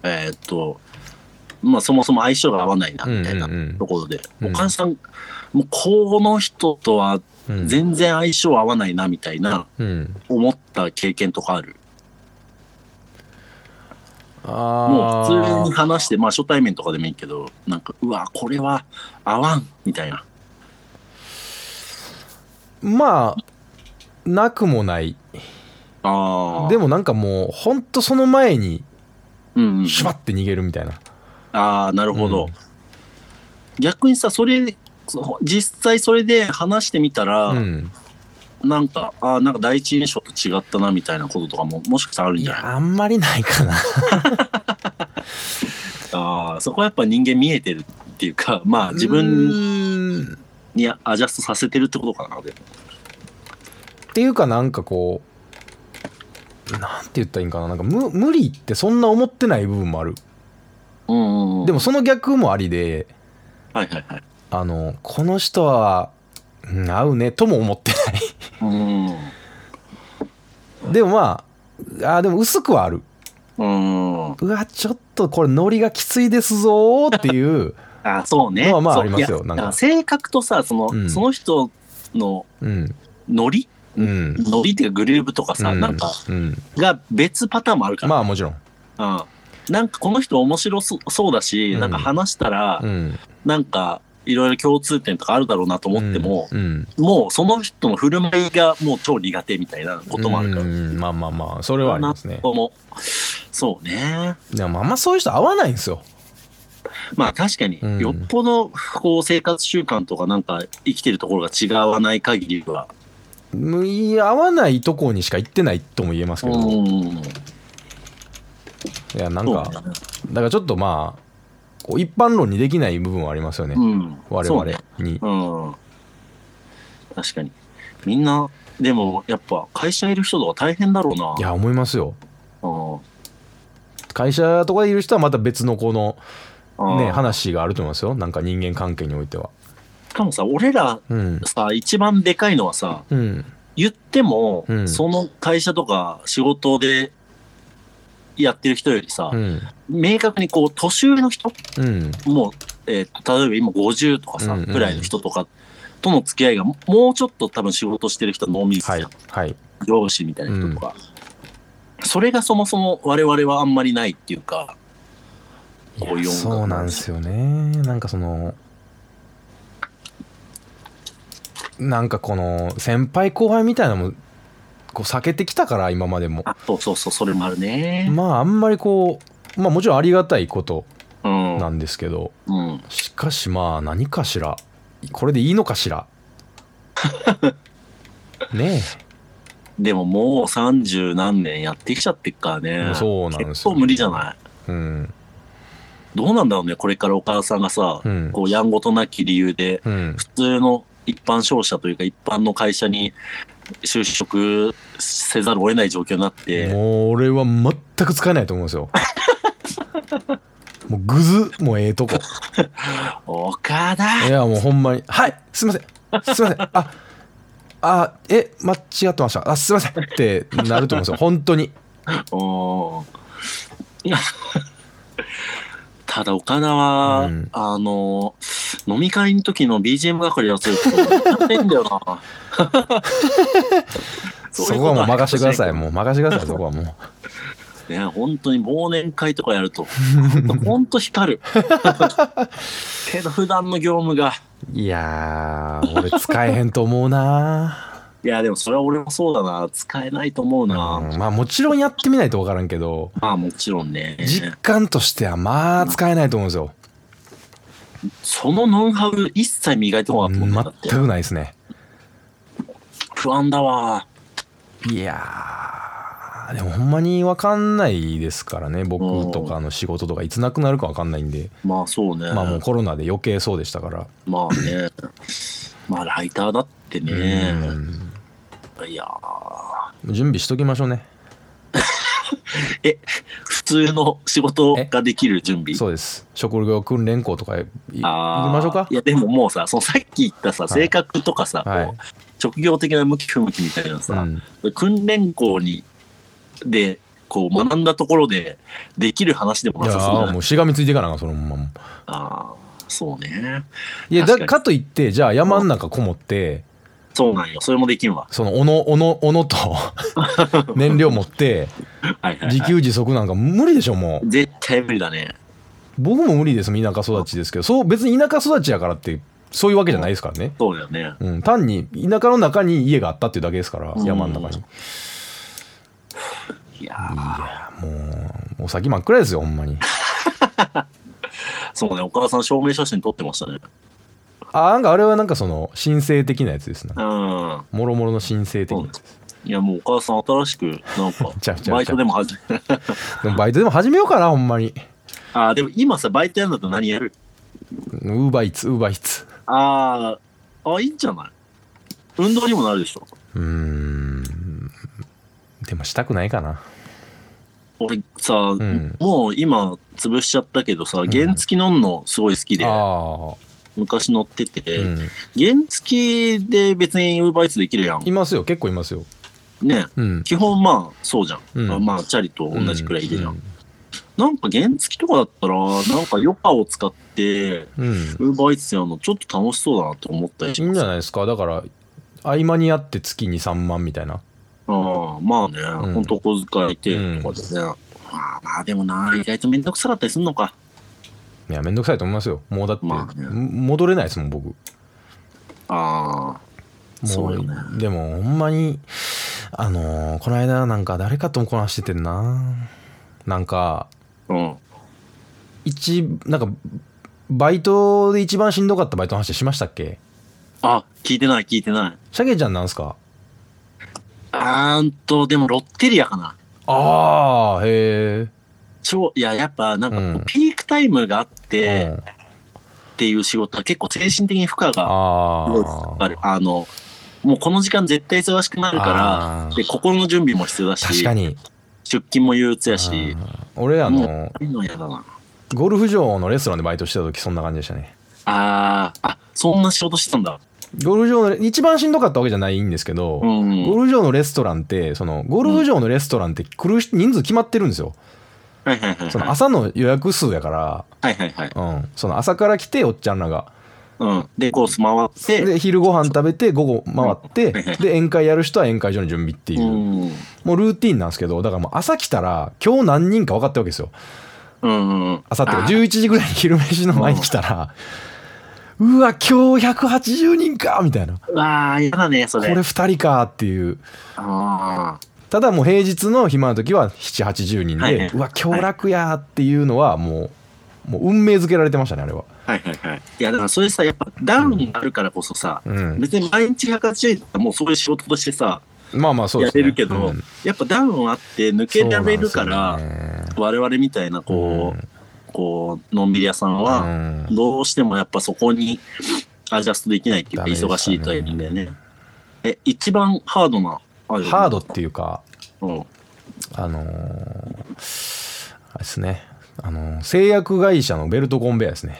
B: まあそもそも相性が合わないなみたいなところで、お母さんもうこの人とは全然相性合わないなみたいな思った経験とかある？もう普通に話して、まあ初対面とかでもいいけど、なんかうわこれは合わんみたいな。
A: まあなくもない。でもなんかもうほんとその前にシュバッて逃げるみたいな。
B: なるほど。逆にさ、実際それで話してみたら、なんか第一印象と違ったなみたいなこととかももしかしたらあるんじゃない？
A: いやあんまりないかな。
B: そこはやっぱ人間見えてるっていうか、まあ自分にアジャストさせてるってことかな。
A: っていうかなんかこうなんて言ったらいいんかな、なんか無理ってそんな思ってない部分もある。でもその逆もありで、この人は合うねとも思ってないでもまあでも薄くはある。うわちょっとこれノリがきついですぞっていう
B: そうね。
A: のはまあありますよ。なんか
B: 性格とさ、その人のノリノリっていうかグルーブとかさ、なんかが別パターンもあるから。
A: まあもちろん。
B: なんかこの人面白そうだし、なんか話したらなんかいろいろ共通点とかあるだろうなと思っても、もうその人の振る舞いがもう超苦手みたいなこともあるから。
A: まあまあまあそれはありますね。
B: そうね。
A: でもあんまそういう人合わないんですよ。
B: まあ確かに、よっぽどこう生活習慣とかなんか生きてるところが違わない限りは
A: 合わないとこにしか行ってないとも言えますけど、いやなんかだからちょっとまあこう一般論にできない部分はありますよね、我々に。
B: 確かにみんなでもやっぱ会社いる人とか大変だろうな。
A: いや思いますよ。会社とかでいる人はまた別のこのね話があると思いますよ。なんか人間関係においては。
B: しかもさ、俺らさ、一番でかいのはさ、言っても、その会社とか仕事でやってる人よりさ、明確にこう年上の人、もう、例えば今50とかさ、ぐらいの人とかとの付き合いがもうちょっと多分仕事してる人、農民さん、上司みたいな人とか、それがそもそも我々はあんまりないっていうか、
A: こういうそうなんですよね。なんかそのなんかこの先輩後輩みたいなのもこう避けてきたから今までも。
B: そうそれもあるね。
A: まああんまりこうまあもちろんありがたいことなんですけど、しかしまあ何かしらこれでいいのかしらねえ。
B: でももう30何年やってきちゃってっからね。
A: そうなんですよ。
B: 結構無理じゃない？どうなんだろうね、これからお母さんがさ、こうやんごとなき理由で、普通の一般商社というか一般の会社に就職せざるを得ない状況になって、
A: もう俺は全く使えないと思うんですよ。もうグズもええとこ。
B: 岡田。
A: いやもうほんまにはいすいませんすいません間違ってましたすいませんってなると思うんですよ本当に。
B: ただ岡田は、飲み会の時の BGM 係やつるとやってんだよな。
A: そこはもう任してください。もう任してください。そこはもう。
B: ね、本当に忘年会とかやると本当光る。けど普段の業務が。
A: いやー俺使えへんと思うな。
B: いやでもそれは俺もそうだな、使えないと思うな。
A: まあもちろんやってみないと分からんけど、
B: まあもちろんね、
A: 実感としてはまあ使えないと思うんですよ。
B: そのノウハウ一切磨いてこなかったもん。
A: 全くないですね。
B: 不安だわ。
A: いやーでもほんまに分かんないですからね、僕とかの仕事とかいつなくなるか分かんないんで。
B: まあそうね。
A: まあもうコロナで余計そうでしたから。
B: まあね。まあライターだってね。いや
A: 準備しときましょうね。
B: 普通の仕事ができる準備。
A: そうです。職業訓練校とか行きましょうか。
B: いやでももうさ、そのさっき言ったさ、性格とかさ、職業的な向き不向きみたいなさ、訓練校にでこう学んだところでできる話でもなさそうだ、
A: いやもうしがみついていかなあかんそのまま。
B: ああそうね。
A: いやだかといってじゃあ山ん中こもって、
B: そうなんよ、それもできんわ。
A: その斧と燃料持って
B: はいはい、はい、
A: 自給自足なんか無理でしょもう。
B: 絶対無理だね。
A: 僕も無理です。田舎育ちですけど、そう別に田舎育ちやからってそういうわけじゃないですからね。
B: そうだよね。
A: うん、単に田舎の中に家があったっていうだけですから、山の中に。
B: いや
A: もうお先真っ暗ですよほんまに。
B: そうね、お母さん証明写真撮ってましたね。
A: なんかあれはなんかその神聖的なやつですね。
B: うん。も
A: ろもろの神聖的なやつ。
B: いやもうお母さん新しくなんかバイトでも始め
A: でもバイトでも始めようかなほんまに。
B: でも今さバイトやるんだと何やる？
A: ウーバーイーツ。
B: いいんじゃない？運動にもなるでしょ。
A: でもしたくないかな。
B: 俺さ、もう今潰しちゃったけどさ、原付乗んのすごい好きで、昔乗ってて、原付で別にウーバーイーツできるやん。
A: いますよ、結構いますよ。
B: ね、基本まあそうじゃん。まあチャリと同じくらいいるじゃん。なんか原付とかだったら、なんか余暇を使って、ウーバーイーツやるのちょっと楽しそうだなって思ったりします。
A: いいんじゃないですか。だから合間にやって月2、3万みたいな。
B: まあね、ほんと小遣い程度とかでね。まあでもな、意外とめんどくさかったりすんのか。
A: いや、めんどくさいと思いますよ。もうだって、戻れないですもん、僕。
B: そうよね。
A: でも、ほんまに、この間なんか誰かともこなしててんな。なんか、なんか、バイトで一番しんどかったバイトの話しましたっけ？
B: 聞いてない。シ
A: ャケちゃんなんすか？
B: でもロッテリアかな。
A: へえ。
B: いや、やっぱなんかピークタイムがあって、っていう仕事は結構精神的に負荷がある。もうこの時間絶対忙しくなるから、で、心の準備も必要だし、
A: 確かに。
B: 出勤も憂鬱やし、
A: 俺ゴルフ場のレストランでバイトしてた時そんな感じでしたね。
B: そんな仕事してたんだ。
A: ゴルフ場の一番しんどかったわけじゃないんですけど、ゴルフ場のレストランってゴルフ場のレストランって来る人数決まってるんですよ。その朝の予約数やから、その朝から来ておっちゃんらが、
B: でコース回って
A: で昼ご飯食べて午後回って、で宴会やる人は宴会場の準備っていう、もうルーティンなんですけど、だからもう朝来たら今日何人か分かったわけですよ。朝ってか11時ぐらいに昼飯の前に来たら、うわ今日180人かみたいな。
B: やだねそれ。
A: これ2人かっていう。ただもう平日の暇な時は7、80人で、うわ今日楽やっていうのはもう運命づけられてましたねあれは。
B: いやだからそれさやっぱダウンがあるからこそさ、別に毎日180人だったらもうそういう仕事としてさ、
A: そうですね、
B: やれるけど、やっぱダウンあって抜けられるから、我々みたいなこうのんびり屋さんはどうしてもやっぱそこにアジャストできないっていうか忙しいというんだよね。一番ハードな
A: ハードっていうか、あれですね、製薬会社のベルトコンベヤーですね。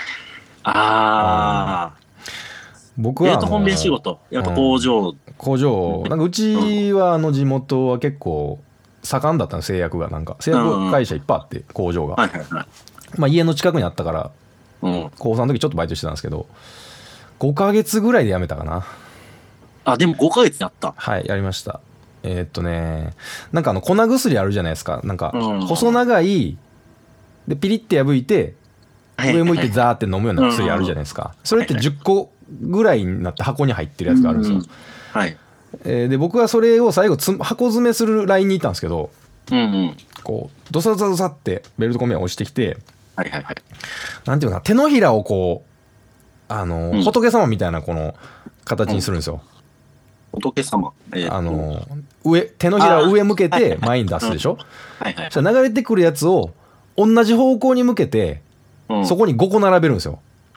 A: 僕は
B: ベルトコンベヤー仕事、やっぱ工場
A: なんかうちは地元は結構盛んだったの。製薬がなんか製薬会社いっぱいあって工場が、まあ家の近くにあったから、高3の時ちょっとバイトしてたんですけど、5ヶ月ぐらいで辞めたかな。
B: でも5ヶ月やった。
A: はい、やりました。なんか粉薬あるじゃないですか。なんか細長いでピリッて破いて上向いてザーって飲むような薬あるじゃないですか。それって10個ぐらいになって箱に入ってるやつがあるんですよ。で僕はそれを最後箱詰めするラインにいたんですけど、こうドサドサドサってベルトコンベヤー落ちてきて、なんていうかな、手のひらをこう仏様みたいなこの形にするんですよ。
B: 仏様、
A: 手のひらを上向けて前に出すでしょ。そしたら流れてくるやつを同じ方向に向けて、そこに5個並べるんですよ。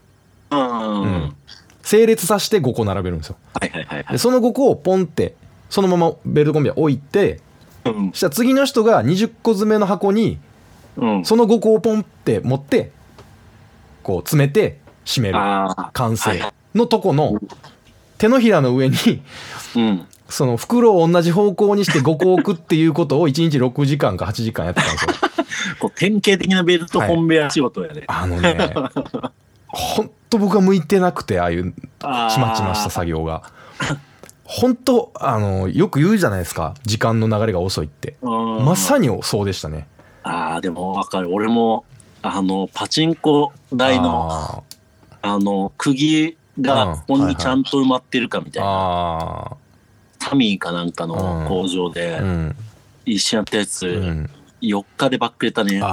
A: 整列させて5個並べるんですよ。でその5個をポンってそのままベルトコンベヤー置いて、そしたら次の人が20個詰めの箱にその5個をポンって持ってこう詰めて閉める完成のとこの手のひらの上にその袋を同じ方向にして5個置くっていうことを1日6時間か8時間やってたんですよ。
B: こう典型的なベルトコンベヤ仕事やね。
A: 本当僕は向いてなくて、ああいうちまちました作業が。本当よく言うじゃないですか、時間の流れが遅いって。まさにそうでしたね。
B: でも分かる。俺もパチンコ台の釘がここにちゃんと埋まってるかみたいな、サミーかなんかの工場で一緒にやったやつ、4日でバックれたね。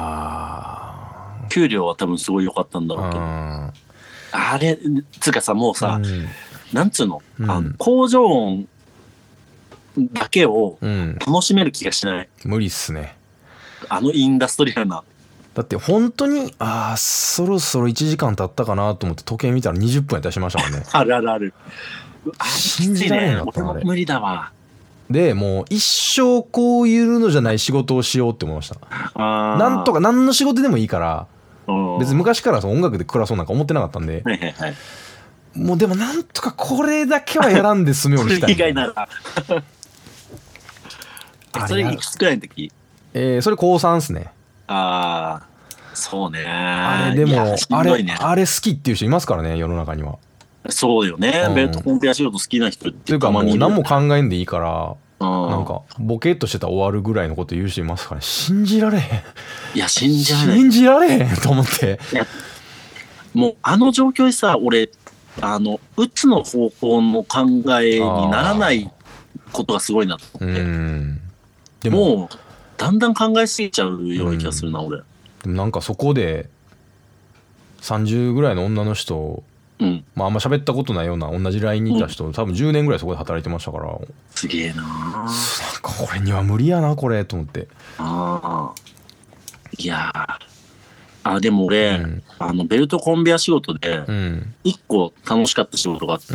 B: 給料は多分すごい良かったんだろうけど、あれつうかさ、もうさ、なんつうの、工場音だけを楽しめる気がしない。
A: 無理っすね。
B: インダストリアルな。
A: だって本当にそろそろ1時間経ったかなと思って時計見たら20分やったりしましたもんね。
B: あるあるある。
A: 信じられんかったな、あれ。
B: 無理だわ。
A: でもう一生こういうのじゃない仕事をしようって思いました。なんとか何の仕事でもいいから、別に昔から音楽で暮らそうなんか思ってなかったんで、もうでもなんとかこれだけはやらんで済むようにしたい。
B: 以外なら。それいくつくらいの時？
A: それ高3っすね。
B: そうね。
A: あれでもあれ好きっていう人いますからね、世の中には。
B: そうよね。ベルトコンベヤ仕事好きな人っていうか、もう
A: 何も考えんでいいから、なんかボケっとしてたら終わるぐらいのこと言う人いますからね。信じられへん。
B: いや、信じられへん。
A: 信じられへんと思って。
B: もう状況でさ、俺うつの方向の考えにならないことがすごいなと思って。でもだんだん考えすぎちゃうような気がするな、俺。
A: でもなんかそこで30ぐらいの女の人、あんま喋ったことないような同じラインにいた人、多分10年ぐらいそこで働いてましたから。
B: すげえな。なん
A: かこれには無理やなこれと思って。
B: いやでも俺、ベルトコンベヤ仕事で1個楽しかった仕事があって、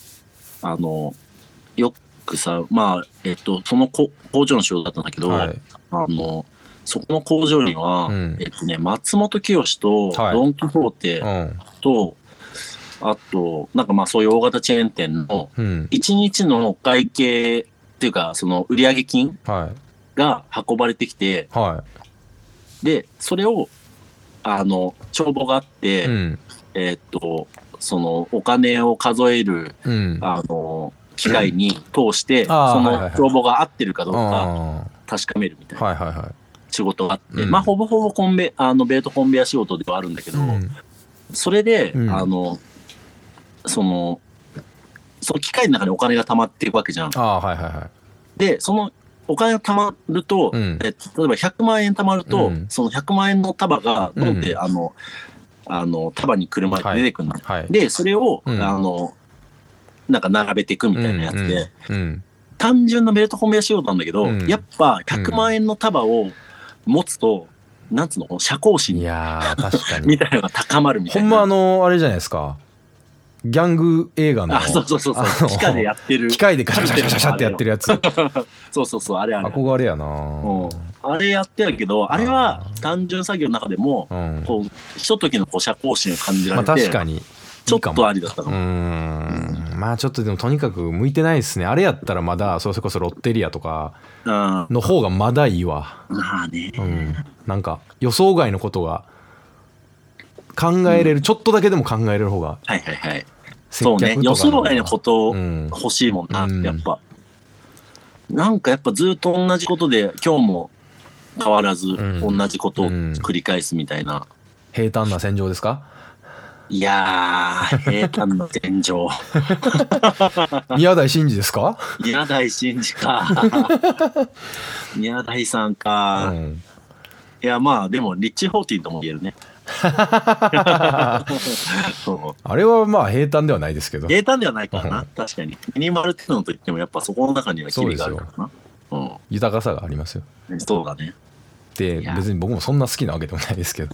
B: よくさ、その工場の仕事だったんだけど、そこの工場には、松本清とドン・キホーテと、あとなんかそういう大型チェーン店の1日のお会計っていうか、その売上金が運ばれてきて、でそれを帳簿があって、そのお金を数える機械に通して、その帳簿が合ってるかどうか確かめるみたいな仕事があって、ほぼほぼベルトコンベヤ仕事ではあるんだけど、それでその機械の中にお金が溜まっていくわけじゃん。でそのお金が貯まると、例えば100万円貯まると、その100万円の束がどんって束に車で出てくるの。でそれを、なんか並べていくみたいなやつで、単純なベルトコンベヤ仕事なんだけど、やっぱ100万円の束を持つと、なんつうの、社交心みたいなのが高まるみたいな。
A: ほんまあれじゃないですか、ギャング映画の
B: そう機械でやってる、
A: 機械でガシャガシャガシャガシャってやってるやつ。
B: そうあれ
A: 憧れやな。
B: あれやってるけど、あれは単純作業の中でもこうひとときの社交心を感じられて、
A: 確かに
B: ちょっとありだったかも。
A: ちょっとでもとにかく向いてないですね。あれやったらまだそれこそロッテリアとかの方がまだいいわ。なんか予想外のことが考えれる、ちょっとだけでも考えれる方が。
B: そうね、予想外のこと欲しいもんな、やっぱ。なんかやっぱずっと同じことで今日も変わらず同じことを繰り返すみたいな。
A: 平坦な戦場ですか？
B: いやー、平坦な戦場。
A: 宮台真司ですか？
B: 宮台真司か。宮台さんか。いやでもリッチー・ホーティンとも言えるね。
A: あれは平坦ではないですけど。
B: 平坦ではないかな、確かに。ミニマルテクノといってもやっぱそこの中には機微があるからな。
A: 豊かさがありますよ。
B: そうだね。
A: で別に僕もそんな好きなわけでもないですけど。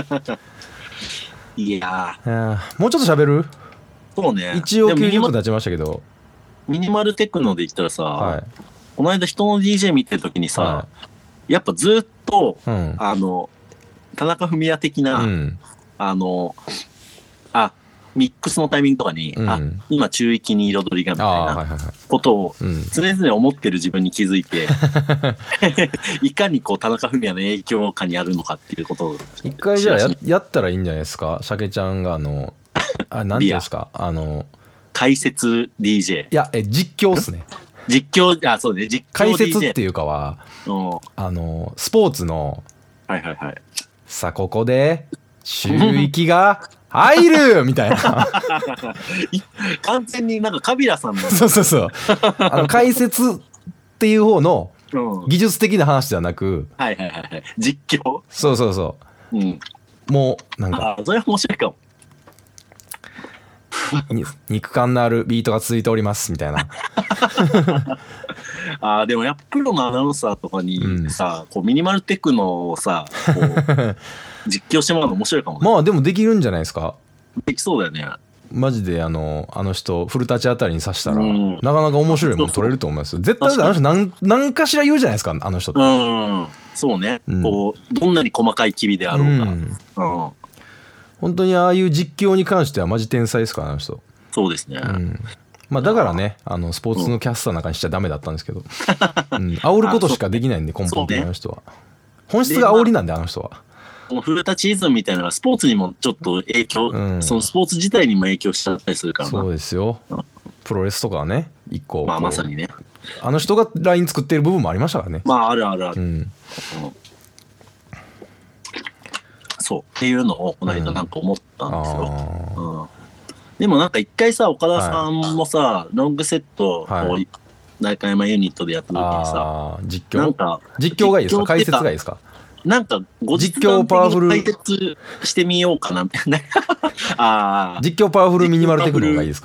B: いや
A: もうちょっと喋る？
B: そうね。
A: 一応90分経ちましたけど。
B: ミニマルテクノで言ったらさ、この間人の DJ 見てる時にさ、やっぱずっと田中文也的な、 ミックスのタイミングとかに、今中域に彩りがみたいなことを常々思ってる自分に気づいて、いかにこう田中文也の影響下にあるのかっていうことを
A: 一回じゃあ やったらいいんじゃないですか。鮭ちゃんが何ていうんですか、
B: 解説 DJ。
A: いや実況っすね。
B: 実況、そうね、実況 DJ。
A: 解説っていうかはスポーツのさあここで中域が入るみたいな
B: 完全になんかカビラさんの
A: そう解説っていう方の技術的な話ではなく、
B: 実況。
A: そう、もうなんか
B: それは面白いかも。
A: 肉感のあるビートが続いておりますみたいな
B: でもやっぱプロのアナウンサーとかにさ、こうミニマルテクノをさこう実況してもらうの面白いかもね。
A: まあでもできるんじゃないですか。
B: できそうだよね。
A: マジであの人フルタッチあたりに刺したら、なかなか面白いもの取れると思いますよ。絶対あの人何かしら言うじゃないですか、あの人って。
B: そうね、こうどんなに細かい機微であろうが、
A: 本当にああいう実況に関してはマジ天才ですから、あの人。
B: そうですね。
A: まあだからね、スポーツのキャスターなんかにしちゃダメだったんですけど、煽ることしかできないんで、根本的にあの人は。本質が煽りなんで、あの人は。
B: このフルタッチイズムみたいなのがスポーツにもちょっと影響、そのスポーツ自体にも影響しちゃったりするからな。
A: そうですよ。プロレスとかはね、一個。
B: まさにね。
A: あの人がライン作ってる部分もありましたからね。
B: ある。そうっていうのをこの間なんか思ったんですよ。でもなんか一回さ、岡田さんもさ、ロングセットを中山ユニットでやった時にさ、
A: 実況がいいですか、解説がいいですか。
B: なんかご実況パワフル解説してみようかなみたいな。
A: 実況パワフルミニマルテクノがいいですか。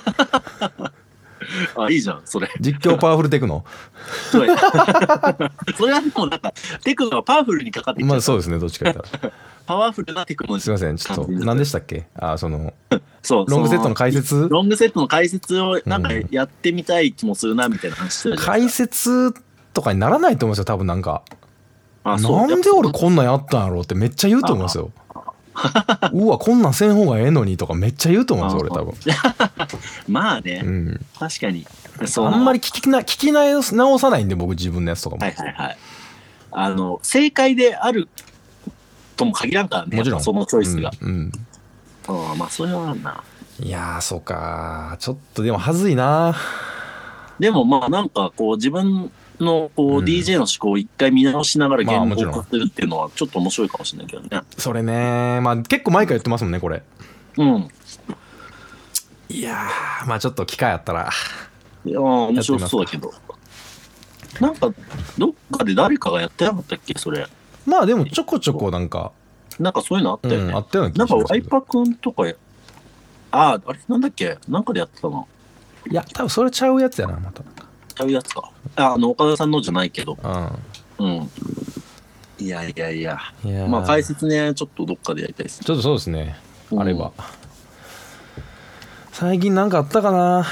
B: いいじゃんそれ。
A: 実況パワフルテクノ。
B: それはもうなんかテクノがパワフルにかかってきちゃう。
A: まあそうですね、どっちか言ったら。
B: パワフルなテクノ。
A: すいません、ちょっと何でしたっけ。
B: そう
A: ロングセットの解説。
B: ロングセットの解説をなんかやってみたい気もするなみたいな話してる。
A: 解説とかにならないと思うんですよ、多分なんか。なんで俺こんなんやったんやろうってめっちゃ言うと思うんですよ。うわこんなんせん方がええのにとかめっちゃ言うと思うんですよ、俺多分。
B: まあね、確かに
A: あんまり聞き直さないんで、僕自分のやつとか
B: も。正解であるとも限らんからね、もちろんそのチョイスが。まあそれはあるな。
A: いやーそうか、ちょっとでもはずいな。
B: でもまあなんかこう自分のこう DJ の思考を一回見直しながら言語化するっていうのはちょっと面白いかもしれないけどね。
A: それね、まあ結構前から言ってますもんねこれ。いやーまあちょっと機会あったら。
B: いや面白そうだけど、なんかどっかで誰かがやってなかったっけそれ。
A: まあでもちょこちょこなんか
B: そういうのあったよね。
A: あったような気がしますけど。
B: なんかワイパくんとかあれなんだっけ、なんかでやってたな。
A: いや多分それちゃうやつやな、また。
B: ちゃうやつか。岡田さんのじゃないけど。いやまあ解説ね、ちょっとどっかでやりたいですね。
A: ちょっとそうですね、あれば。最近なんかあったかな。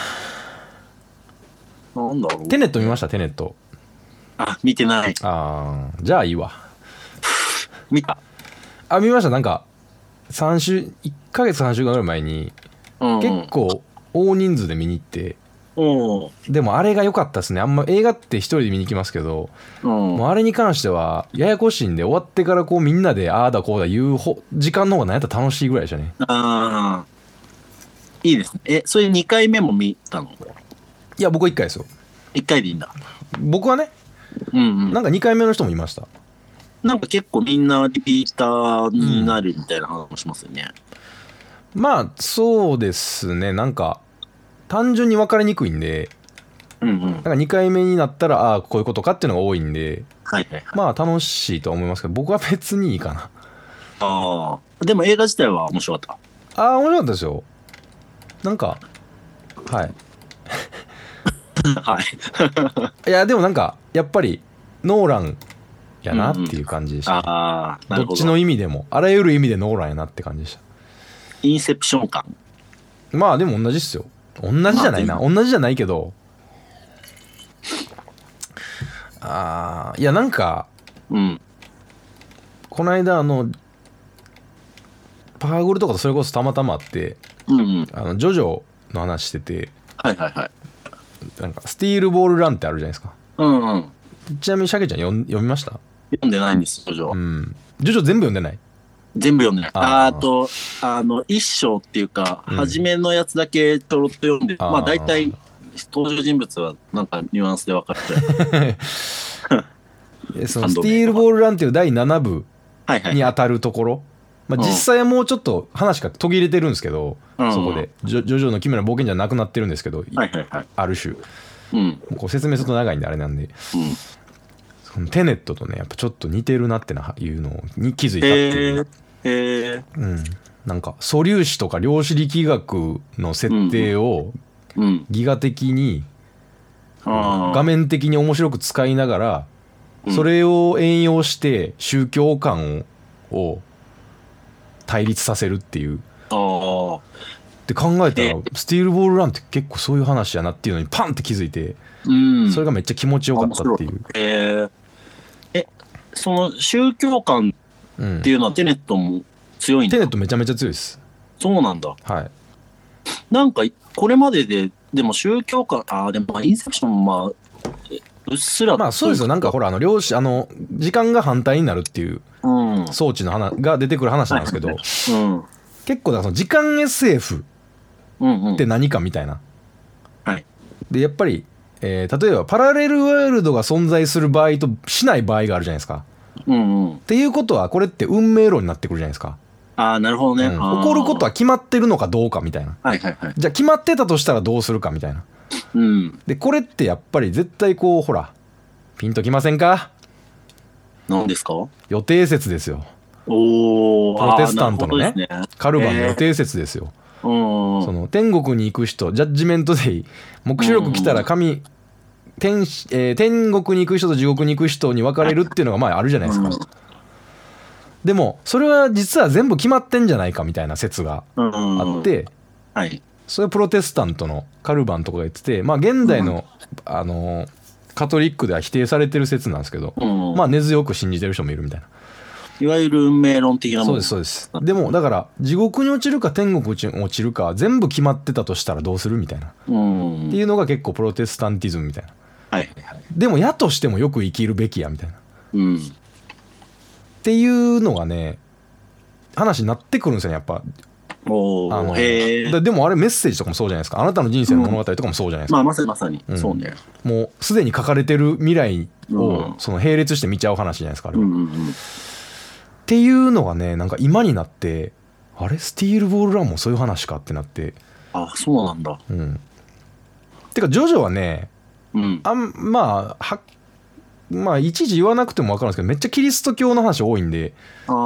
B: なんだろう。
A: テネット見ました、テネット。
B: 見てない。
A: じゃあいいわ。
B: 見た？
A: 見ました。なんか1ヶ月3週間ぐらい前に結構大人数で見に行って、でもあれが良かったですね。あんま映画って一人で見に行きますけど、もうあれに関してはややこしいんで、終わってからこうみんなでああだこうだ言う時間の方が何やったら楽しいぐらいでしたね。
B: いいですね。それ2回目も見たの？
A: いや僕は1回ですよ。
B: 1回でいいんだ。
A: 僕はね。なんか2回目の人もいました。
B: なんか結構みんなリピーターになるみたいな話もしますよね。
A: まあそうですね。なんか単純に分かりにくいんで、なんか2回目になったらこういうことかっていうのが多いんで、まあ楽しいとは思いますけど、僕は別にいいかな。
B: でも映画自体は面白かった。
A: 面白かったですよ。なんかいやでもなんかやっぱりノーランやなっていう感じでした。どっちの意味でも、あらゆる意味でノーランやなって感じでした。
B: インセプション感。
A: まあでも同じっすよ。同じじゃないな、同じじゃないけど、いやなんか、この間パワーゴルとかとそれこそたまたまあって、 ジョジョの話してて、
B: はいはいはい。
A: なんかスティールボールランってあるじゃないですか。ちなみにシャケちゃん読みました？
B: 読んでないんですジョジョ。
A: ジョジョ全部読んでない？
B: 全部読んでない。一章っていうか、初めのやつだけちょろっと読んで、まあ大体登場人物はなんかニュアンスで分かる
A: そのスティールボールランっていう第7部に当たるところ、まあ、実際はもうちょっと話が途切れてるんですけど、そこでジョジョの奇妙な冒険じゃなくなってるんですけど、ある種、こう説明すると長いんであれなんで、そのテネットとねやっぱちょっと似てるなっていうのに気づいたっていう、なんか素粒子とか量子力学の設定をギガ的に画面的に面白く使いながら、それを援用して宗教観を対立させるっていう。って考えたらスティールボールランって結構そういう話やなっていうのにパンって気づいて、それがめっちゃ気持ちよかったっていう。
B: その宗教観っていうのはテネットも強いんだ？
A: テネットめちゃめちゃ強いです。
B: そうなんだ。
A: はい。
B: なんかこれまででも宗教観、でもインセプションもうっすら、
A: まあそうですよ。なんかほら量子時間が反対になるっていう装置の話が出てくる話なんですけど、結構だからその時間 SF って何かみたいな。でやっぱり、例えばパラレルワールドが存在する場合としない場合があるじゃないですか。っていうことはこれって運命論になってくるじゃないですか。
B: なるほどね。
A: 起こることは決まってるのかどうかみたいな。じゃあ決まってたとしたらどうするかみたいな。でこれってやっぱり絶対こうほらピンときませんか？
B: 何ですか？
A: 予定説ですよ。プロテスタントのね、カルバンの予定説ですよ。その天国に行く人、ジャッジメントデイ、黙示録来たら天国に行く人と地獄に行く人に分かれるっていうのがまああるじゃないですか。でもそれは実は全部決まってんじゃないかみたいな説があって、それはプロテスタントのカルバンとかが言ってて、まあ現代のカトリックでは否定されてる説なんですけど、まあ根強く信じてる人もいるみたいな。
B: いわゆる運命論的なもの。
A: そうですそうです。でもだから地獄に落ちるか天国に落ちるか全部決まってたとしたらどうするみたいな、っていうのが結構プロテスタンティズムみたいな。でもやとしてもよく生きるべきやみたいな、っていうのがね話になってくるんですよねやっぱ。でもあれメッセージとかもそうじゃないですか。あなたの人生の物語とかもそうじゃないですか。
B: まさに、そうね。
A: もうすでに書かれてる未来をその並列して見ちゃう話じゃないですかあれは。っていうのがねなんか今になってあれスティールボールランもそういう話かってなって。
B: そうなんだ。
A: てかジョジョはね、まあ一時言わなくても分かるんですけどめっちゃキリスト教の話多いんで。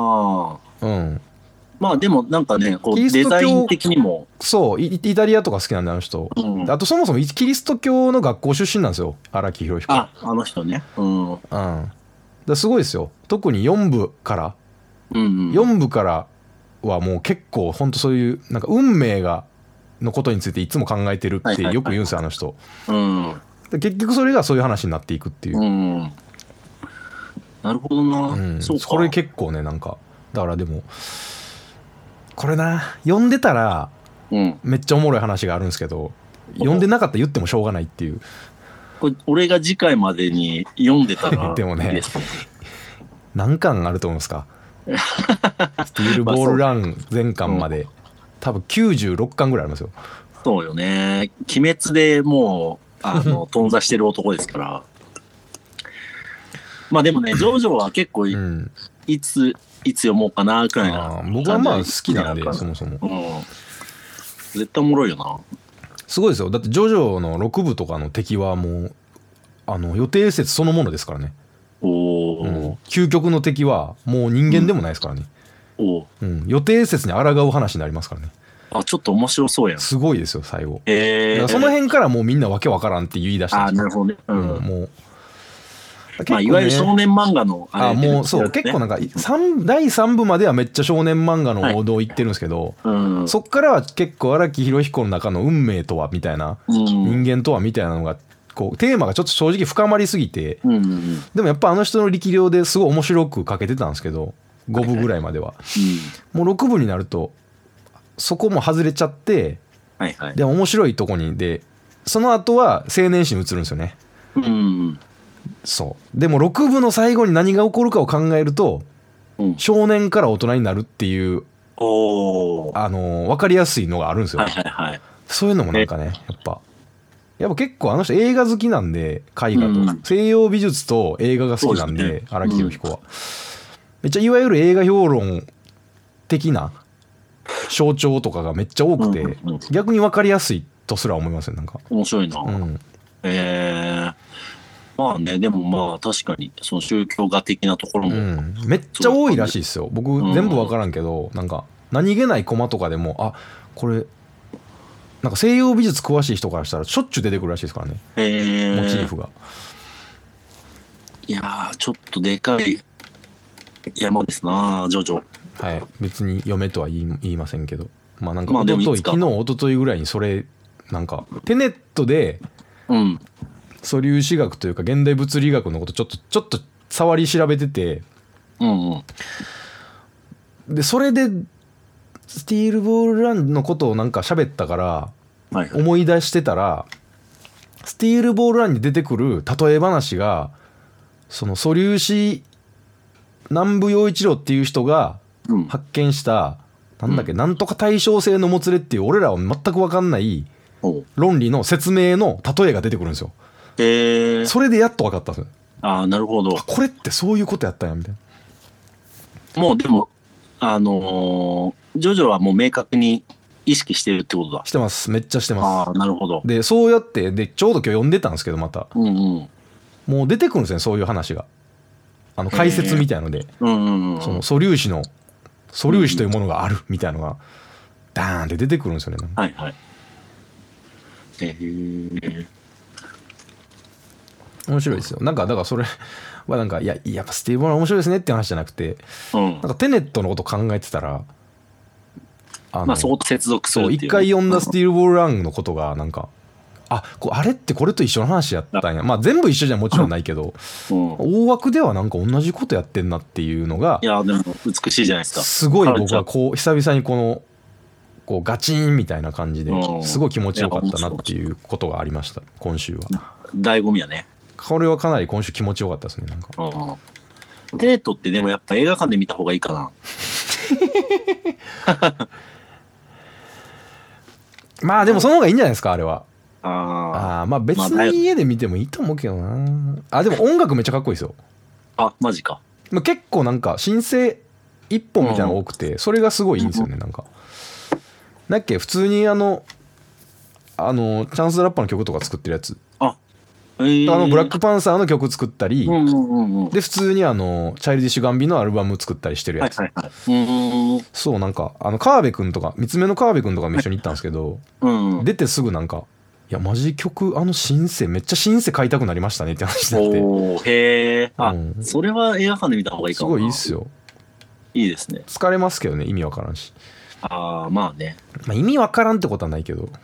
B: まあでもなんかねこうデザイン的にも
A: そうイタリアとか好きなんであの人、あとそもそもキリスト教の学校出身なんですよ荒木博彦。
B: あの人ね。
A: だすごいですよ。特に4部から、4部からはもう結構ほんとそういうなんか運命のことについていつも考えてるってよく言うんですよあの人。結局それがそういう話になっていくっていう。
B: なるほどな。そうか。
A: これ結構ねなんかだからでもこれな読んでたらめっちゃおもろい話があるんですけど、読んでなかったら言ってもしょうがないっていう。
B: これ俺が次回までに読んでたら
A: でもね何巻あると思うんですかスティールボールラン全巻まで多分96巻ぐらいありますよ。
B: そうよね。鬼滅でもう頓挫してる男ですからまあでもねジョジョは結構いつ読もうかなくらいな。
A: 僕はまあ好きなんでそもそも、
B: 絶対おもろいよな。
A: すごいですよ。だってジョジョの6部とかの敵はもう予定説そのものですからね。究極の敵はもう人間でもないですからね。予定説に抗う話になりますからね。
B: ちょっと面白そうやん。
A: すごいですよ最後。その辺からもうみんなわけわからんって言い出したんですよ。
B: なるほどね。
A: もう
B: まあいわゆる少年漫画の
A: もうそう結構なんか第3部まではめっちゃ少年漫画の王道行ってるんですけど、そっからは結構荒木博彦の中の運命とはみたいな、人間とはみたいなのがこうテーマがちょっと正直深まりすぎて、でもやっぱあの人の力量ですごい面白く書けてたんですけど5部ぐらいまでは、もう6部になるとそこも外れちゃって、
B: はいはい、
A: でも面白いとこにでその後は青年誌に移るんですよね。
B: うん、
A: そうでも6部の最後に何が起こるかを考えると、うん、少年から大人になるっていう、分かりやすいのがあるんですよ、
B: はいはいはい、
A: そういうのもなんかねやっぱ結構あの人映画好きなんで、絵画と、西洋美術と映画が好きなんで、荒木博彦は、めっちゃいわゆる映画評論的な象徴とかがめっちゃ多くて、逆に分かりやすいとすら思いますよ。なんか
B: 面白いな、まあね、でもまあ確かにその宗教画的なところも、
A: めっちゃ多いらしいですよ。僕全部分からんけど、なんか何気ないコマとかでも、あ、これなんか西洋美術詳しい人からしたらしょっちゅう出てくるらしいですからね、モチーフが。
B: いやー、ちょっとでかい山ですな、ジョジョ。
A: はい、別に嫁とは言いませんけど、まあなんか昨日一昨日ぐらいにそれなんかテネットで素粒子学というか現代物理学のことちょっと触り調べてて、でそれでスティールボールランのことをなんか喋ったから思い出してたら、スティールボールランに出てくる例え話がその素粒子南部陽一郎っていう人が発見した、なんだっけ、なんとか対称性のもつれっていう俺らは全く分かんない論理の説明の例えが出てくるんですよ。それでやっと分かったんですよ。
B: ああ、なるほど。
A: これってそういうことやったんやみたい
B: な。もうでもジョジョはもう明確に意識してるってことだ。
A: してます、めっちゃしてます。
B: ああ、なるほど。
A: でそうやってでちょうど今日読んでたんですけど、また、もう出てくるんですね、そういう話が。解説みたいので、その素粒子というものがあるみたいなのがダーンって出てくるんですよね。
B: はいはい。
A: 面白いですよ。なんかだからそれはなんかやっぱスティーブ・ボール面白いですねって話じゃなくて、なんかテネットのこと考えてたら、
B: まあそこと接続するっていう、
A: 一回読んだスティール・ボールランのことがなんか、あれってこれと一緒の話やったんや。まあ全部一緒じゃもちろんないけど、大枠ではなんか同じことやってんなっていうのが、
B: いやでも美しいじゃないですか。
A: すごい僕はこう久々にこうガチンみたいな感じですごい気持ちよかったなっていうことがありました、今週は。
B: 醍醐味やね。
A: これはかなり今週気持ちよかったですね。なんか
B: テネットってでもやっぱ映画館で見た方がいいかな。
A: まあでもその方がいいんじゃないですか、あれは。まあ別に家で見てもいいと思うけどな。でも音楽めっちゃかっこいいですよ。
B: マジか。
A: 結構なんか新生一本みたいなのが多くて、それがすごいいいんですよね。なんかだっけ、普通にチャンスラッパーの曲とか作ってるやつ、ブラックパンサーの曲作ったり、で普通にチャイルディッシュガンビのアルバム作ったりしてるやつ。そう、なんか川辺くんとか三つ目の川辺くんとかも一緒に行ったんですけど、出てすぐなんか、いやマジ曲シンセめっちゃシンセ買いたくなりましたねって話になって。
B: へえ。それは映画館で見た方がいいかもな。
A: すごいいいっすよ。
B: いいですね。
A: 疲れますけどね、意味わからんし。
B: まあね。
A: 意味わからんってことはないけど。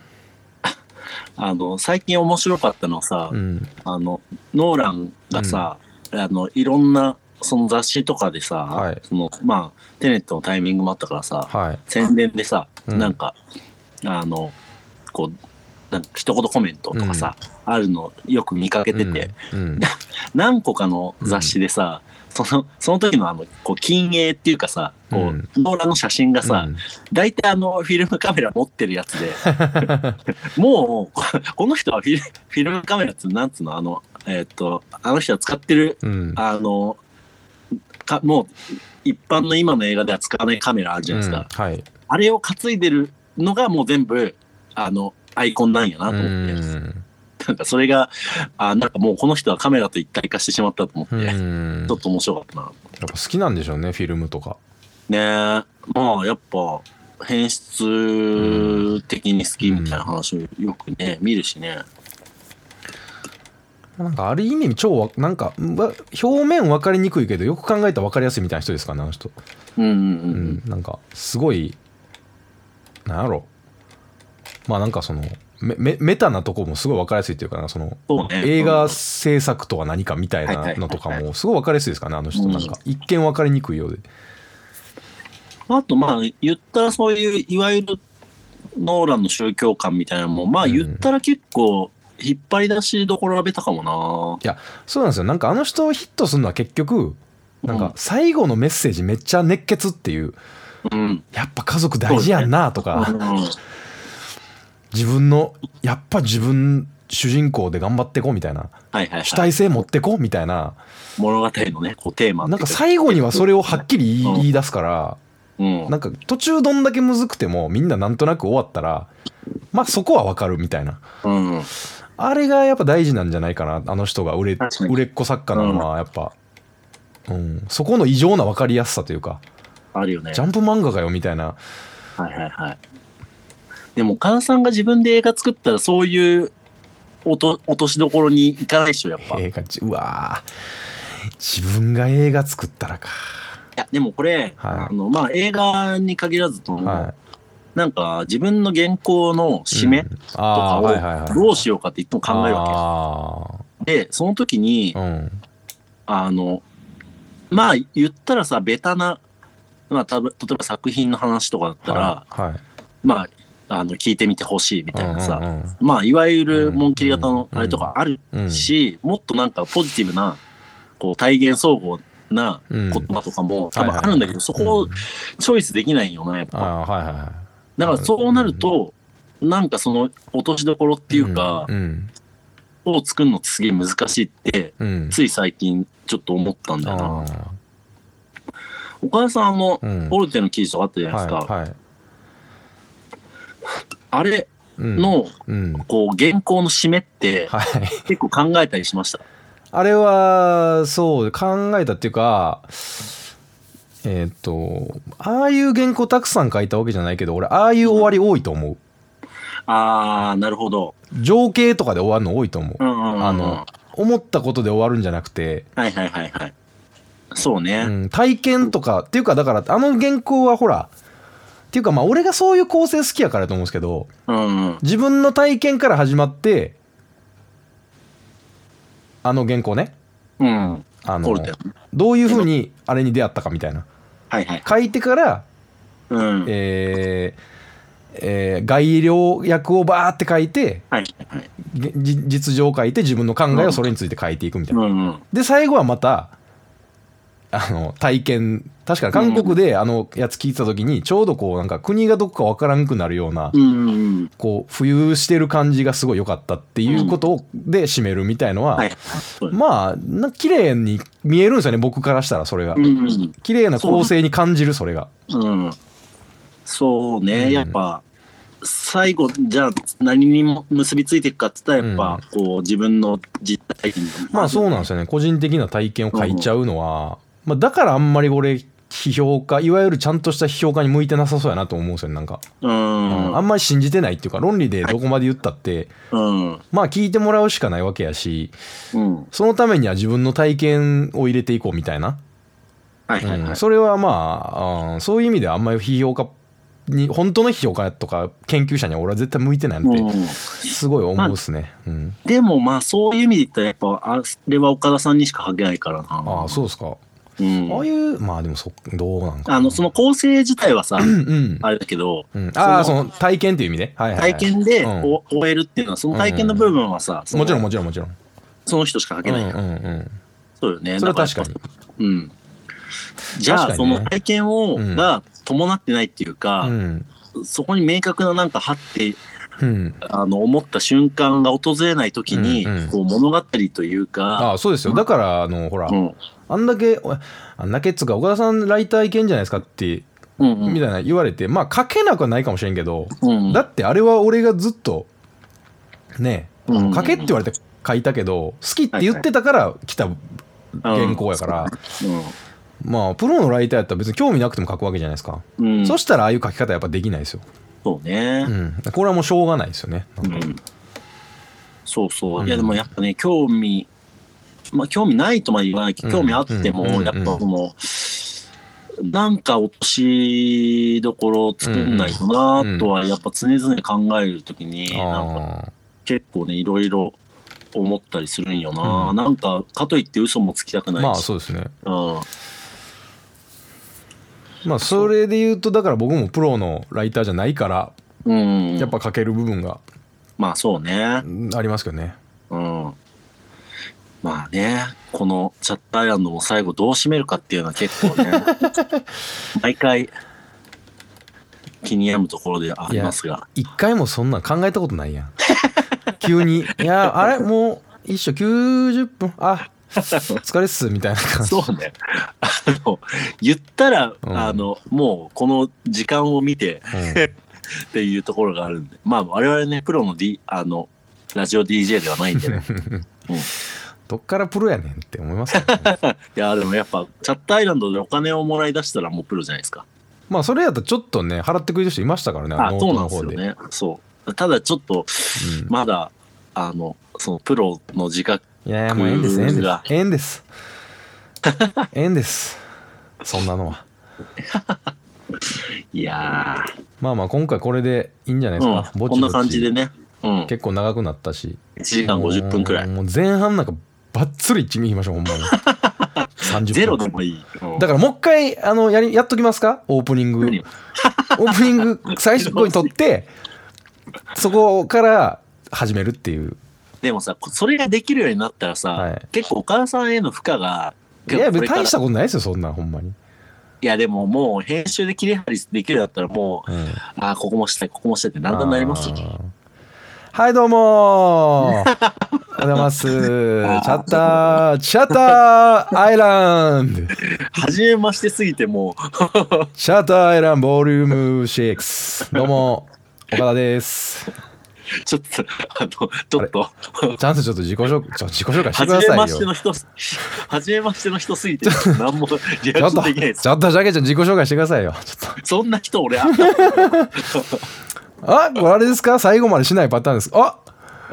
B: 最近面白かったのはさ、ノーランがさ、いろんなその雑誌とかでさ、まあテネットのタイミングもあったからさ、宣伝でさ、なんかこうなんか一言コメントとかさ、あるのよく見かけてて、何個かの雑誌でさ、その時のこう近影っていうかさ、こうノーランの写真がさ、大体フィルムカメラ持ってるやつでもうこの人はフィルムカメラってなんつうの、あの人は使ってる、もう一般の今の映画では使わないカメラあるじゃないですか、あれを担いでるのがもう全部アイコンなんやなと思って、なんかそれがなんかもうこの人はカメラと一体化してしまったと思って、ちょっと面白かったな。やっ
A: ぱ好きなんでしょうね、フィルムとか
B: ね。まあやっぱ変質的に好きみたいな話をよくね見るしね。
A: なんかある意味なんか表面分かりにくいけどよく考えたら分かりやすいみたいな人ですからね、あの人。なんかすごいなんやろ、まあなんかそのメタなとこもすごい分かりやすいっていうかな、その映画制作とは何かみたいなのとかもすごい分かりやすいですからね、あの人。なんか一見分かりにくいようで。
B: あとまあ言ったらそういういわゆるノーランの宗教観みたいなのもまあ言ったら結構引っ張り出しどころがベタかもな。
A: いやそうなんですよ。なんかあの人をヒットするのは結局なんか最後のメッセージめっちゃ熱血っていう、うん、やっぱ家族大事やんなとか、自分のやっぱ自分主人公で頑張ってこみたいな、主体性持ってこみたいな
B: 物語のねこうテーマ
A: なんか最後にはそれをはっきり言い出すから、なんか途中どんだけむずくてもみんななんとなく終わったらまあそこはわかるみたいな、あれがやっぱ大事なんじゃないかな。あの人が売れっ子作家なのはやっぱ、そこの異常な分かりやすさというか、
B: あるよね。
A: ジャンプ漫画かよみたいな。
B: はいはいはい。でも岡田さんが自分で映画作ったらそういう落としどころにいかないでしょやっぱ。
A: うわ自分が映画作ったらか。
B: いやでもこれ、まあ映画に限らずとも、なんか自分の原稿の締めとかをどうしようかっていつも考えるわけで、その時に、まあ言ったらさベタな、まあ、例えば作品の話とかだったら、まあ聞いてみてほしいみたいなさ、まあいわゆる紋切り型のあれとかあるし、もっとなんかポジティブなこう体現総合な言葉とかも多分あるんだけど、そこをチョイスできないよなやっぱ。だからそうなるとなんかその落としどころっていうか、を作るのってすげえ難しいって、つい最近ちょっと思ったんだよな。岡田さんオルテの記事とかあったじゃないですか。あれのこう原稿の締めって結構考えたりしました？
A: あれはそう考えたっていうか、ああいう原稿たくさん書いたわけじゃないけど、俺ああいう終わり多いと思う。
B: ああなるほど。
A: 情景とかで終わるの多いと思う。思ったことで終わるんじゃなくて、
B: そうね、
A: 体験とかっていうか、だからあの原稿はほらっていうか、まあ俺がそういう構成好きやからと思うんですけど、自分の体験から始まってあの原稿ね、どういうふうにあれに出会ったかみたいな、書いてから、概要訳をバーって書いて、実情を書いて自分の考えをそれについて書いていくみたいな。で最後はまた体験、確かに韓国であのやつ聞いてた時にちょうどこうなんか国がどっか分からんくなるようなこう浮遊してる感じがすごい良かったっていうことで締めるみたいのは、まあ綺麗に見えるんですよね、僕からしたら。それが綺麗な構成に感じる。それが
B: そうね、やっぱ最後じゃあ何にも結びついていくかって言ったらやっぱこう自分の実体験、
A: まあそうなんですよね。個人的な体験を書いちゃうのは、まあだからあんまり俺批評家、いわゆるちゃんとした批評家に向いてなさそうやなと思うんですよね。なんかあんまり信じてないっていうか、論理でどこまで言ったって、まあ聞いてもらうしかないわけやし、そのためには自分の体験を入れていこうみたいな、それはまあそういう意味ではあんまり批評家に本当の批評家とか研究者には俺は絶対向いてないので、すごい思うっすね。
B: でもまあそういう意味で言ったらやっぱあれは岡田さんにしか書けないからな。
A: ああそうですか。ああいうまあでもどうなんか
B: その構成自体はさあれだけど、
A: その体験っていう意味で
B: 体験で終えるっていうのはその体験の部分はさ、
A: もちろん
B: その人しか書けないから。そうよね。
A: それは確かに。
B: じゃあその体験が伴ってないっていうか、そこに明確ななんかはって思った瞬間が訪れない時にこう物語というか。
A: そうですよ。だからほらあんだけっつうか岡田さんライターいけんじゃないですかってみたいな言われて、まあ書けなくはないかもしれんけど、だってあれは俺がずっとね書けって言われて書いたけど好きって言ってたから来た原稿やから。まあプロのライターやったら別に興味なくても書くわけじゃないですか。そしたらああいう書き方やっぱできないですよ。
B: そうね。
A: これはもうしょうがないですよね。
B: そうそう。いやでもやっぱね興味ないとまで言わないけど、興味あってもやっぱそのなんか落としどころを作んないとなとはやっぱ常々考えるときになんか結構ねいろいろ思ったりするんよな。なんかかといって嘘もつきたくないし。
A: まあそうですね。 まあそれで言うとだから僕もプロのライターじゃないから、やっぱ書ける部分が
B: まあそうね
A: ありますけどね。
B: まあね、このチャットアイランドも最後どう締めるかっていうのは結構ね毎回気に病むところでありますが、
A: 一回もそんなん考えたことないやん急にいやあれもう一緒90分疲れっすみたいな感じ。
B: そうね、言ったら、もうこの時間を見てっていうところがあるんで、まあ我々ねプロの、ラジオ DJ ではないんでね
A: どっからプロやねんって思いますけどね
B: いやでもやっぱチャットアイランドでお金をもらい出したらもうプロじゃないですか。
A: まあそれやったらちょっとね払ってくれる人いましたからね。
B: そうなんですよね。そうただちょっと、まだそのプロの自覚
A: いやもうええんですそんなのは。
B: いや
A: まあ今回これでいいんじゃないですか。
B: こんな感じでね、
A: 結構長くなったし
B: 1時間50分くらい。
A: もう前半なんかバッツリ一味いきましょうほんまに30分
B: ゼロでもいい。
A: だからもう一回やっときますか。オープニング最初に撮ってそこから始めるっていう。
B: でもさそれができるようになったらさ、結構岡田さんへの負荷が
A: いや大したことないですよそんなほんまに。
B: いやでももう編集で切り張りできるようになったらもう、ここもしたいってだんだんなりますよ。
A: はいどうもおはようございますチャッターアイランド
B: 初めましてすぎてもう
A: チャッターアイランドボリューム6どうも岡田です。
B: ちょっとちゃんと
A: ちょっと自己紹介してくださいよ。
B: 初めましての人すぎて何もリアクションできないです。
A: ちょっとジャケちゃん自己紹介してくださいよ。ちょっと
B: そんな人俺
A: これあれですか。最後までしないパターンですか。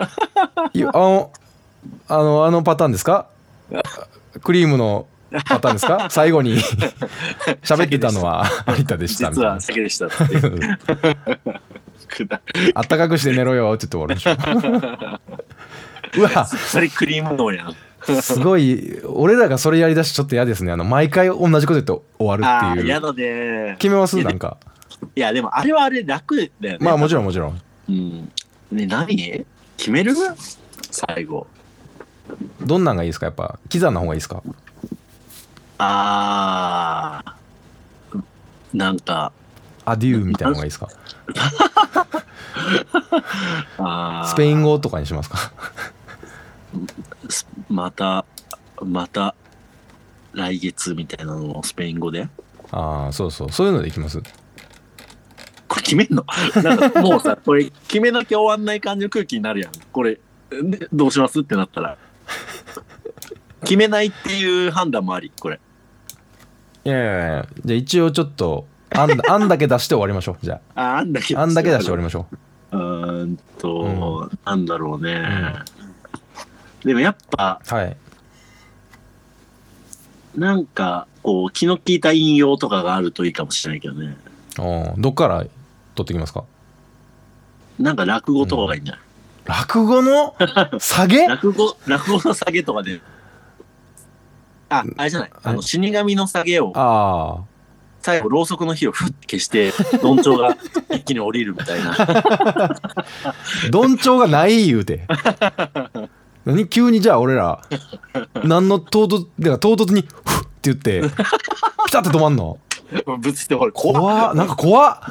A: あのパターンですか。クリームのパターンですか。最後に喋ってたのは有田でしたみたいな。
B: 実は酒でしたって
A: あったかくして寝ろよって言って終わるでしょうわ
B: それクリームのやん。
A: すごい俺らがそれやりだしちょっと嫌ですね。毎回同じこと言って終わるっていう。
B: 嫌だね。
A: 決めますなんか。
B: いやでもあれはあれ楽だよね。
A: まあもちろん
B: ね、何決める最後
A: どんなんがいいですか。やっぱキザな方がいいですか。
B: なんか
A: アデューみたいなのがいいですかスペイン語とかにしますか
B: また来月みたいなのをスペイン語で。
A: そういうのでいきます。
B: これ決めんのなんかもうさこれ決めなきゃ終わんない感じの空気になるやん。これどうしますってなったら決めないっていう判断もあり。これ
A: いやじゃあ一応ちょっと案だけ出して終わりましょう。じゃあ案だけ出して終わりましょ
B: う。なんだろうね、でもやっぱなんかこう気の利いた引用とかがあるといいかもしれないけどね。
A: どっから取ってきますか。
B: なんか落語とかがいいんじゃない。
A: 落語の下げ
B: 落語の下げとかであれじゃない、死神の下げを最後ろうそくの火をふって消してどんちょうが一気に降りるみたいな
A: どんちょうがない言うて何急にじゃあ俺ら何の唐突にフッって言ってピタッて止まんの
B: ぶつってほら
A: 怖っなんか怖っ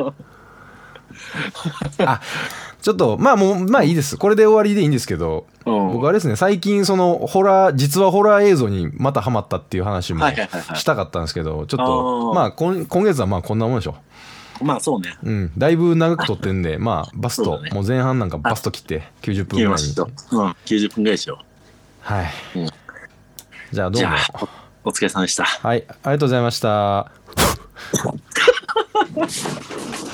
A: ちょっとまあいいです。これで終わりでいいんですけど、僕あれですね最近その実はホラー映像にまたハマったっていう話もしたかったんですけど、ちょっとまあ今月はまあこんなもんでしょ。
B: まあそうね。
A: だいぶ長く撮ってんでバスト、もう前半なんかバスト切って90分ぐらいに。
B: 90分ぐらいでしょ。
A: はい。じゃあどうも
B: お疲れ様でした。
A: はい、ありがとうございました。